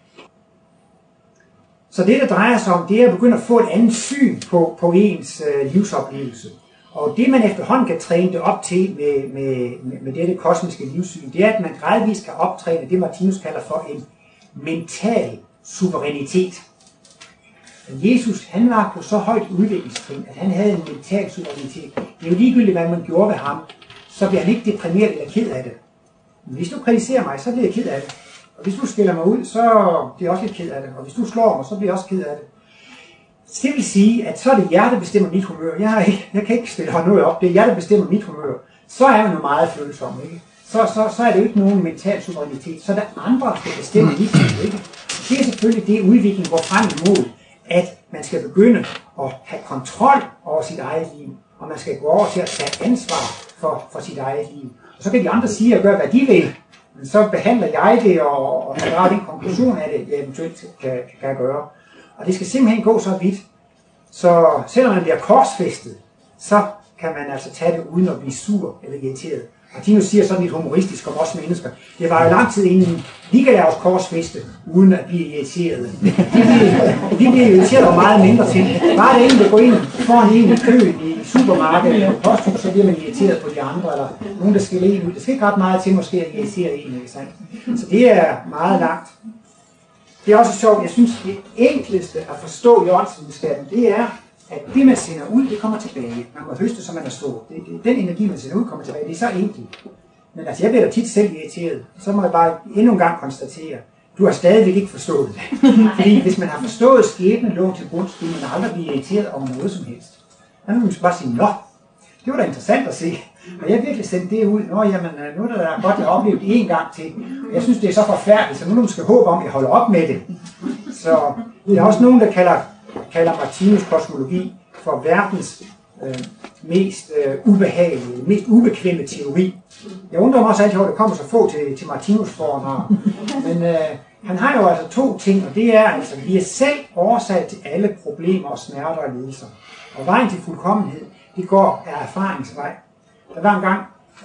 Så det, der drejer sig om, det er at begynde at få et andet syn på, på ens øh, livsoplevelse. Og det, man efterhånden kan træne det op til med, med, med, med dette kosmiske livssyn, det er, at man gradvist kan optræne det, Martinus kalder for en mental suverænitet. Jesus, han var på så højt udviklingstrin, at han havde en mental suverænitet. Det er jo ligegyldigt, hvad man gjorde ved ham, så bliver han ikke deprimeret eller ked af det. Men hvis du kritiserer mig, så bliver jeg ked af det. Og hvis du skælder mig ud, så bliver jeg også lidt ked af det. Og hvis du slår mig, så bliver jeg også ked af det. Det vil sige, at så er det jer, der bestemmer mit humør. Jeg, er ikke, jeg kan ikke stille noget op. Det er jer, der bestemmer mit humør. Så er man jo meget følsom, ikke? Så, så, så er det jo ikke nogen mental suverænitet. Så er der andre, der skal bestemme mit liv, ikke? Det er selvfølgelig det, udvikling går frem imod, at man skal begynde at have kontrol over sit eget liv. Og man skal gå over til at tage ansvar for, for sit eget liv. Og så kan de andre sige og gøre, hvad de vil. Men så behandler jeg det, og, og drager den konklusion af det, jeg eventuelt kan, kan gøre. Og det skal simpelthen gå så vidt, så selvom man bliver korsfæstet, så kan man altså tage det uden at blive sur eller irriteret. Og Martinus siger sådan lidt humoristisk om os mennesker. Det var jo lang tid inden vi kan lave os korsfæste, uden at blive irriteret. Vi bliver irriteret over meget mindre ting. Bare det ene, der går ind foran en i køen i supermarkedet eller på posthus, så bliver man irriteret på de andre, eller nogen, der skiller en ud. Det skal ikke ret meget til måske at irritere en, ikke sandt? Så det er meget langt. Det er også sjovt, jeg synes, det enkleste at forstå i åndsvidenskaben, det er, at det, man sender ud, det kommer tilbage. Man må høste, som man er stor. Det, det, den energi, man sender ud, kommer tilbage. Det er så enkelt. Men altså, jeg bliver da tit selv irriteret. Så må jeg bare endnu en gang konstatere, du har stadigvæk ikke forstået det. Fordi hvis man har forstået skæbneloven til bunds, vil man aldrig blive irriteret over noget som helst. Så vil man bare sige, nå, det var da interessant at se. Og jeg virkelig sendte det ud. Nå, jamen, nu er det da godt, jeg har oplevet det en gang til. Jeg synes, det er så forfærdeligt, så nu måske håbe om, at jeg holder op med det. Så der er også nogen, der kalder, kalder Martinus kosmologi for verdens øh, mest øh, ubehagelige, mest ubekvemme teori. Jeg undrer mig også altid, hvor det kommer så få til, til Martinus for. Men øh, han har jo altså to ting, og det er altså, at vi er selv årsag til alle problemer og smerter og lidelser. Og vejen til fuldkommenhed, det går af erfaringsvej. Der var en gang,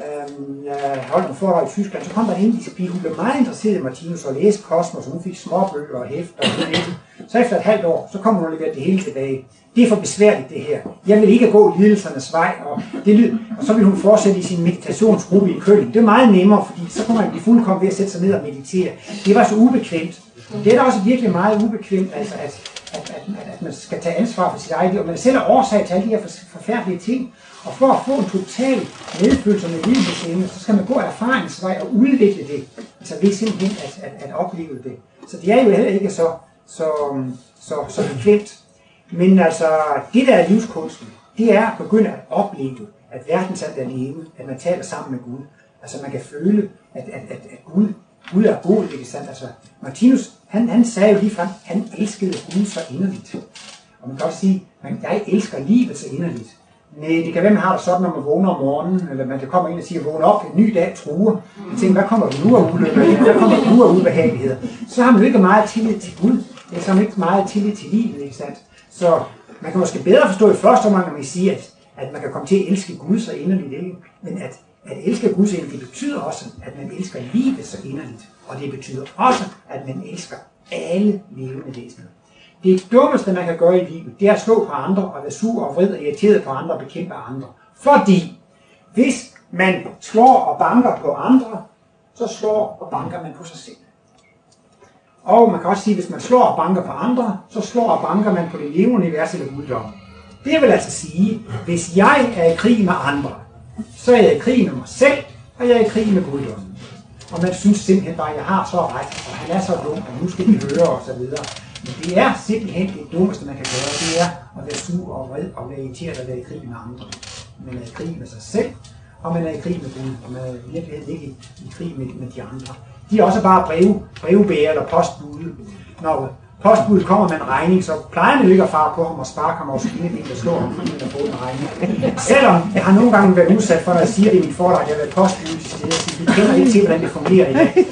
øh, jeg holdt en foredrag i Tyskland, så kom der en indisk pige, hun blev meget interesseret i Martinus og læste Kosmos, og hun fik småbøger og hæfter og sådan noget. Så efter et halvt år, så kom hun og leverede det hele tilbage. Det er for besværligt det her. Jeg vil ikke gå lidelsernes vej, og, det lyd, og så vil hun fortsætte i sin meditationsgruppe i Køln. Det er meget nemmere, fordi så kunne man blive fuldkommen ved at sætte sig ned og meditere. Det var så ubekvemt. Det er da også virkelig meget ubekvemt, altså at, at, at, at man skal tage ansvar for sit eget liv, og man selv er årsag til alle de her forfærdelige ting. Og for at få en total medfølelse med livsevne, så skal man gå erfaringsvej og udvikle det. Altså ved simpelthen at, at, at opleve det. Så det er jo heller ikke så, så, så, så bekvemt. Men altså, det der er livskunsten, det er at begynde at opleve, at verden er alene, at man taler sammen med Gud. Altså man kan føle, at, at, at, at Gud, Gud er god, ikke sandt? Altså Martinus, han, han sagde jo ligefrem, han elskede Gud så inderligt. Og man kan også sige, at jeg elsker livet så inderligt. Nej, det kan være, man har det sådan, når man vågner om morgenen, eller man kan komme ind og sige, vågner op, en ny dag truer. Jeg tænker, hvad kommer der nu af ulykker? Hvad kommer der nu af ubehageligheder? Så har man jo ikke meget tillid til Gud. Så har man ikke meget tillid til livet, ikke sandt? Så man kan måske bedre forstå i første omgang, når man siger, at, at man kan komme til at elske Gud så inderligt, ikke? Men at, at elske Gud så inderligt, det betyder også, at man elsker livet så inderligt. Og det betyder også, at man elsker alle levende væsener. Det dummeste, man kan gøre i livet, det er at slå på andre og være sur og vred og irriteret på andre og bekæmpe andre. Fordi hvis man slår og banker på andre, så slår og banker man på sig selv. Og man kan også sige, at hvis man slår og banker på andre, så slår og banker man på det levende univers eller guddommen. Det vil altså sige, hvis jeg er i krig med andre, så er jeg i krig med mig selv, og jeg er i krig med guddommen. Og man synes simpelthen bare, at jeg har så ret, og han er så dum, og nu skal vi høre og så videre. Men det er simpelthen det dummeste, man kan gøre, det er at være sur og vred og være irriteret og være i krig med andre. Man er i krig med sig selv, og man er i krig med Gud, og man er i virkeligheden ikke i, i krig med, med de andre. De er også bare brev, brevbærer eller postbud. Når postbuddet kommer med en regning, så plejer man jo ikke at fare på ham og sparke ham og skinnebilen og slå ham, fordi man har fået en regning. Selvom jeg har nogle gange været udsat for, når jeg siger det i min foredrag, at jeg har været postbud til stede, så vi kender ikke til, hvordan det fungerer i dag.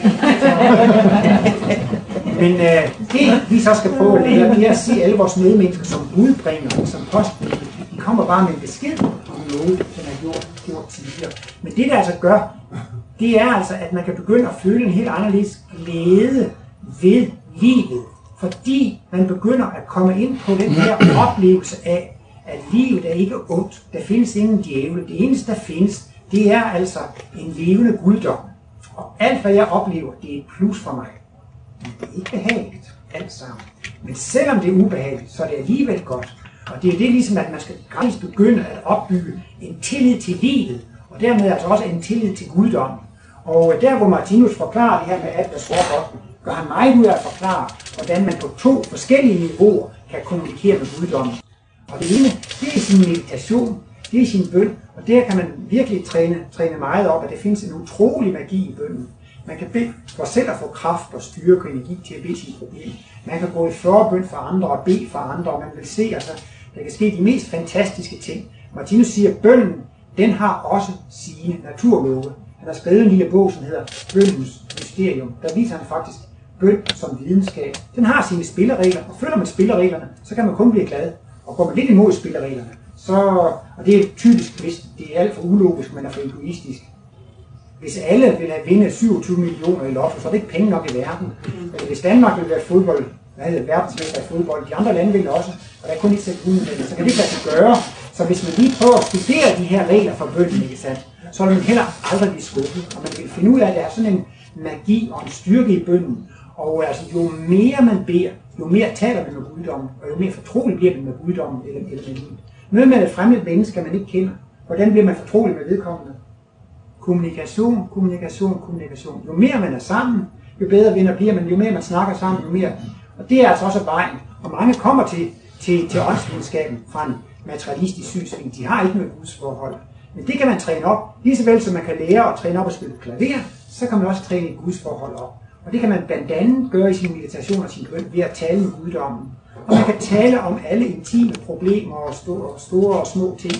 Men øh, det vi så skal prøve at lære, det er at se alle vores medmennesker som budbringer, som postbud. De kommer bare med en besked om noget, den har gjort, gjort tidligere. Men det der altså gør, det er altså, at man kan begynde at føle en helt anderledes glæde ved livet. Fordi man begynder at komme ind på den her oplevelse af, at livet er ikke ondt. Der findes ingen djævel. Det eneste, der findes, det er altså en levende guddom. Og alt, hvad jeg oplever, det er et plus for mig. Men det er ikke behageligt, alt sammen. Men selvom det er ubehageligt, så er det alligevel godt. Og det er det ligesom, at man skal gradvist begynde at opbygge en tillid til livet, og dermed altså også en tillid til guddommen. Og der, hvor Martinus forklarer det her med Atlas Warburton, gør han meget ud af at forklare, hvordan man på to forskellige niveauer kan kommunikere med guddommen. Og det ene, det er sin meditation, det er sin bøn, og der kan man virkelig træne, træne meget op, at der findes en utrolig magi i bønnen. Man kan bede for selv at få kraft og styrke og energi til at bede sine problemer. Man kan gå i forbøn for andre og bede for andre, og man vil se, altså, der kan ske de mest fantastiske ting. Martinus siger, at bønnen, den har også sine naturlove. Han har skrevet en lille bog, som hedder Bønnens Mysterium. Der viser han faktisk bøn som videnskab. Den har sine spilleregler, og følger man spillereglerne, så kan man kun blive glad. Og går man lidt imod spillereglerne, så, og det er typisk, hvis det er alt for ulogisk, man er for egoistisk. Hvis alle vil have vinde syvogtyve millioner i lotto, så er det ikke penge nok i verden. Hvis Danmark vil være fodbold, hvad hedder verdensmester i fodbold, de andre lande vil også, og der er kun ikke sætte ud med det, så kan det ikke lade sig gøre. Så hvis man lige prøver at studere de her regler for bønnen, ikke sandt, så vil man heller aldrig blive skuffet, og man vil finde ud af, at der er sådan en magi og en styrke i bønnen. Og altså, jo mere man beder, jo mere taler man med guddommen, og jo mere fortrolig bliver man med guddommen eller, eller med livet. Møde med et fremmed menneske, man ikke kender. Hvordan bliver man fortrolig med vedkommende? Kommunikation, kommunikation, kommunikation. Jo mere man er sammen, jo bedre venner bliver man, jo mere man snakker sammen, jo mere. Og det er altså også vejen. Og mange kommer til, til, til åndsvidenskaben fra en materialistisk synsvinkel. De har ikke noget gudsforhold. Men det kan man træne op. Lige så vel som man kan lære at træne op at spille klaver, så kan man også træne et gudsforhold op. Og det kan man blandt andet gøre i sin meditation og sin bøn ved at tale med guddommen. Og man kan tale om alle intime problemer og store, store og små ting.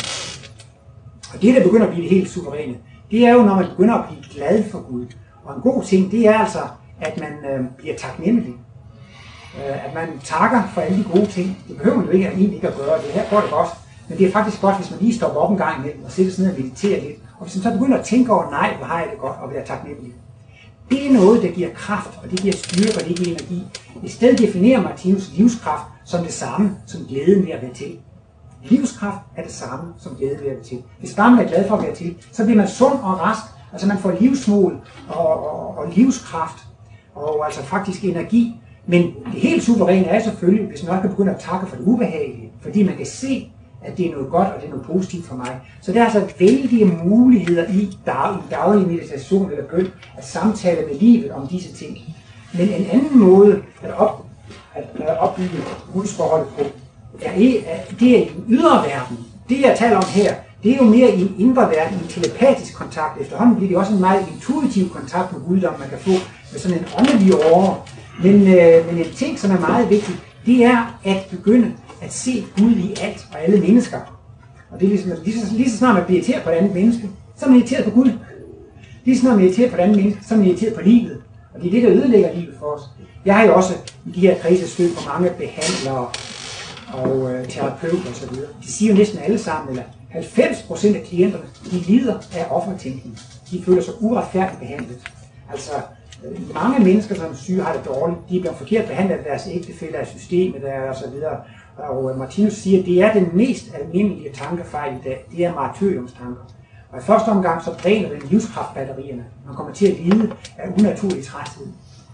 Og det, der begynder at blive det helt suveræne, det er jo, når man begynder at blive glad for Gud. Og en god ting, det er altså, at man øh, bliver taknemmelig. Øh, at man takker for alle de gode ting. Det behøver man jo ikke, egentlig ikke at gøre. Det her går det godt. Men det er faktisk godt, hvis man lige stopper op en gang imellem og sætter sig ned og mediterer lidt. Og hvis man så begynder at tænke over, nej, hvor har jeg det godt, og være taknemmelig. Det er noget, der giver kraft, og det giver styrke, og det giver energi. I stedet definerer Martinus livskraft som det samme som glæden ved at være til. Livskraft er det samme som glæden ved at være til. Hvis bare man er glad for at være til, så bliver man sund og rask. Altså man får livsmål og, og, og livskraft, og altså faktisk energi. Men det helt suveræne er selvfølgelig, hvis man også kan begynde at takke for det ubehagelige, fordi man kan se, at det er noget godt, og det er noget positivt for mig. Så der er altså vældige muligheder i dag, daglig meditation eller bøn, at samtale med livet om disse ting. Men en anden måde at, op, at opbygge gudsforholdet på, er, det er i den ydre verden. Det jeg taler om her, det er jo mere i en indre verden, en telepatisk kontakt. Efterhånden bliver det også en meget intuitiv kontakt med Gud, man kan få med sådan en åndelig åre. Men, øh, men en ting, som er meget vigtig, det er at begynde at se Gud i alt og alle mennesker. Og det er ligesom, lige så, lige så snart man bliver irriteret på et andet menneske, så er man irriteret på Gud. Lige så snart man er irriteret på et andet menneske, så er man irriteret på livet. Og det er det, der ødelægger livet for os. Jeg har jo også i de her kredse stødt på mange behandlere og øh, terapeuter og så videre. De siger jo næsten alle sammen, eller halvfems procent af klienterne, de lider af offertænkning. De føler sig uretfærdigt behandlet. Altså, mange mennesker, som er syge, har det dårligt. De bliver forkert behandlet af deres ægtefælle, af systemet og så videre. Og Martinus siger, at det er den mest almindelige tankefejl i dag. Det er martyriumstanker. Og i første omgang, så dræner den livskraftbatterierne. Man kommer til at lide af unaturlig træthed.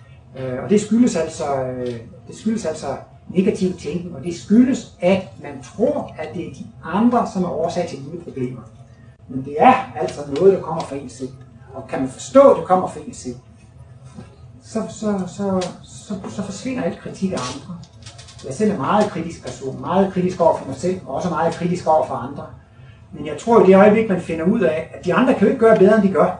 Og det skyldes altså, det skyldes altså negativ tænkning, og det skyldes, at man tror, at det er de andre, som er årsag til de problemer. Men det er altså noget, der kommer fra en selv. Og kan man forstå, at det kommer fra en selv, så, så, så, så, så forsvinder alt kritik af andre. Jeg selv er en meget kritisk person, meget kritisk over for mig selv, og også meget kritisk over for andre. Men jeg tror, i det øjeblik, man finder ud af, at de andre kan jo ikke gøre bedre, end de gør,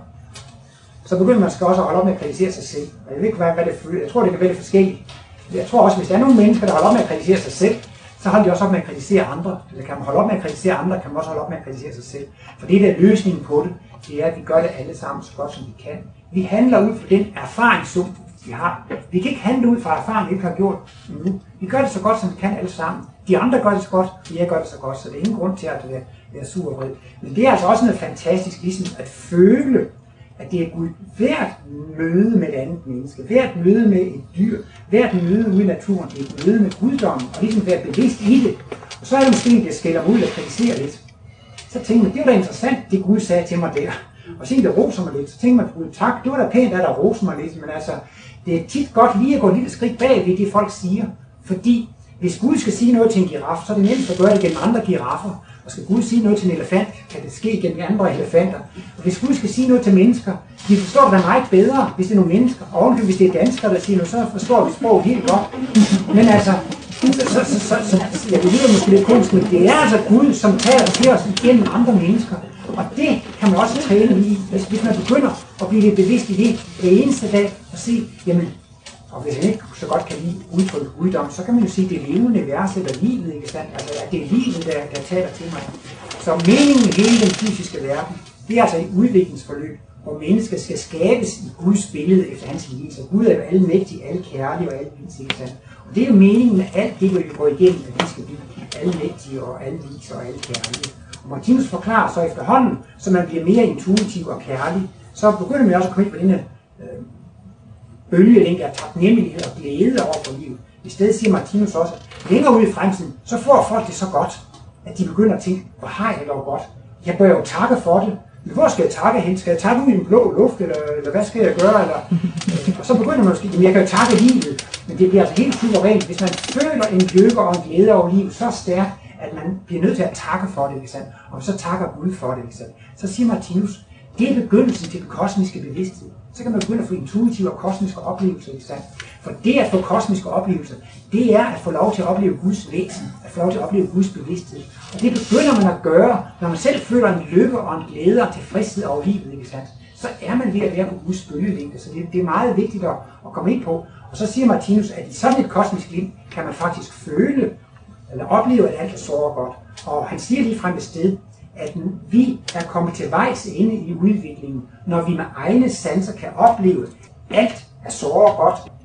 så begynder man også at holde op med at kritisere sig selv. Og jeg ved ikke, hvad, hvad det føler. Jeg tror, det kan være lidt forskelligt. Jeg tror også, hvis der er nogle mennesker, der holder op med at kritisere sig selv, så holder de også op med at kritisere andre. Eller kan man holde op med at kritisere andre, kan man også holde op med at kritisere sig selv. For det der løsningen på det, det er, at vi gør det alle sammen så godt, som vi kan. Vi handler ud fra den erfaringssum, vi har. Vi kan ikke handle ud fra erfaring, vi ikke har gjort endnu. Vi gør det så godt, som vi kan alle sammen. De andre gør det så godt, og jeg gør det så godt, så det er ingen grund til at være, være sur og vred. Men det er altså også noget fantastisk, ligesom at føle, at det er Gud. Hvert møde med et andet menneske, hvert møde med et dyr, hvert møde ude i naturen, det er et møde med guddommen, og ligesom være bevidst i det. Og så er det måske, det skælder mig ud og kritiserer lidt. Så tænker man, det var da interessant, det Gud sagde til mig der. Og så det roser mig lidt. Så tænker man, Gud, tak, det var da pænt, at der roser mig lidt. Men altså, det er tit godt lige at gå et lille skridt bag ved det, folk siger. Fordi hvis Gud skal sige noget til en giraf, så er det nemt at gøre det gennem andre giraffer. Og skal Gud sige noget til en elefant, kan det ske gennem andre elefanter. Og hvis Gud skal sige noget til mennesker, de forstår det meget bedre, hvis det er nogle mennesker. Og hvis det er danskere, der siger noget, så forstår vi sproget helt godt. Men altså, så, så, så, så, så jeg ved måske lidt kunst, men det er altså Gud, som taler til os igennem andre mennesker. Og det kan man også træne i, hvis, hvis man begynder at blive lidt bevidst i det hver eneste dag og se, jamen, og hvis man ikke så godt kan lide udtrykket guddom, så kan man jo sige, at det er levende vers eller livet, ikke sandt? Altså, at det er livet, der, der taler til mig. Så meningen med hele den fysiske verden, det er altså et udviklingsforløb, hvor mennesker skal skabes i Guds billede efter hans lignelse. Gud er jo almægtig, alkærlig og alvis, ikke sandt? Og det er jo meningen med alt det, hvor vi går igennem, at vi skal blive almægtige og alvis og alkærlige. Og Martinus forklarer så efterhånden, så man bliver mere intuitiv og kærlig, så begynder man også at komme ind på denne øh, bølgelænge af taknemmelighed og glæde over for livet. I stedet siger Martinus også, at længere ude i fremtiden, så får folk det så godt, at de begynder at tænke, hvor har jeg det dog godt? Jeg bør jo takke for det. Men hvor skal jeg takke hen? Skal jeg takke ud i den blå luft, eller, eller hvad skal jeg gøre? Eller, øh, og så begynder man måske, jamen jeg kan jo takke livet, men det bliver altså helt suverænt. Hvis man føler en lykke og en glæde over livet så stærkt, at man bliver nødt til at takke for det, ikke sandt? Og så takker Gud for det, ikke sandt? Så siger Martinus, det er begyndelsen til den kosmiske bevidsthed. Så kan man begynde at få intuitive og kosmiske oplevelser, ikke sandt? For det at få kosmiske oplevelser, det er at få lov til at opleve Guds væsen, at få lov til at opleve Guds bevidsthed. Og det begynder man at gøre, når man selv føler en lykke og en glæde og tilfredshed over livet, ikke sandt? Så er man ved at være på Guds bølgelængde, så det, det er meget vigtigt at, at komme ind på. Og så siger Martinus, at i sådan et kosmisk liv kan man faktisk føle, eller opleve, at alt er så godt. Og han siger lige frem et sted, at vi er kommet til vejs ende i udviklingen, når vi med egne sanser kan opleve, at alt er så godt,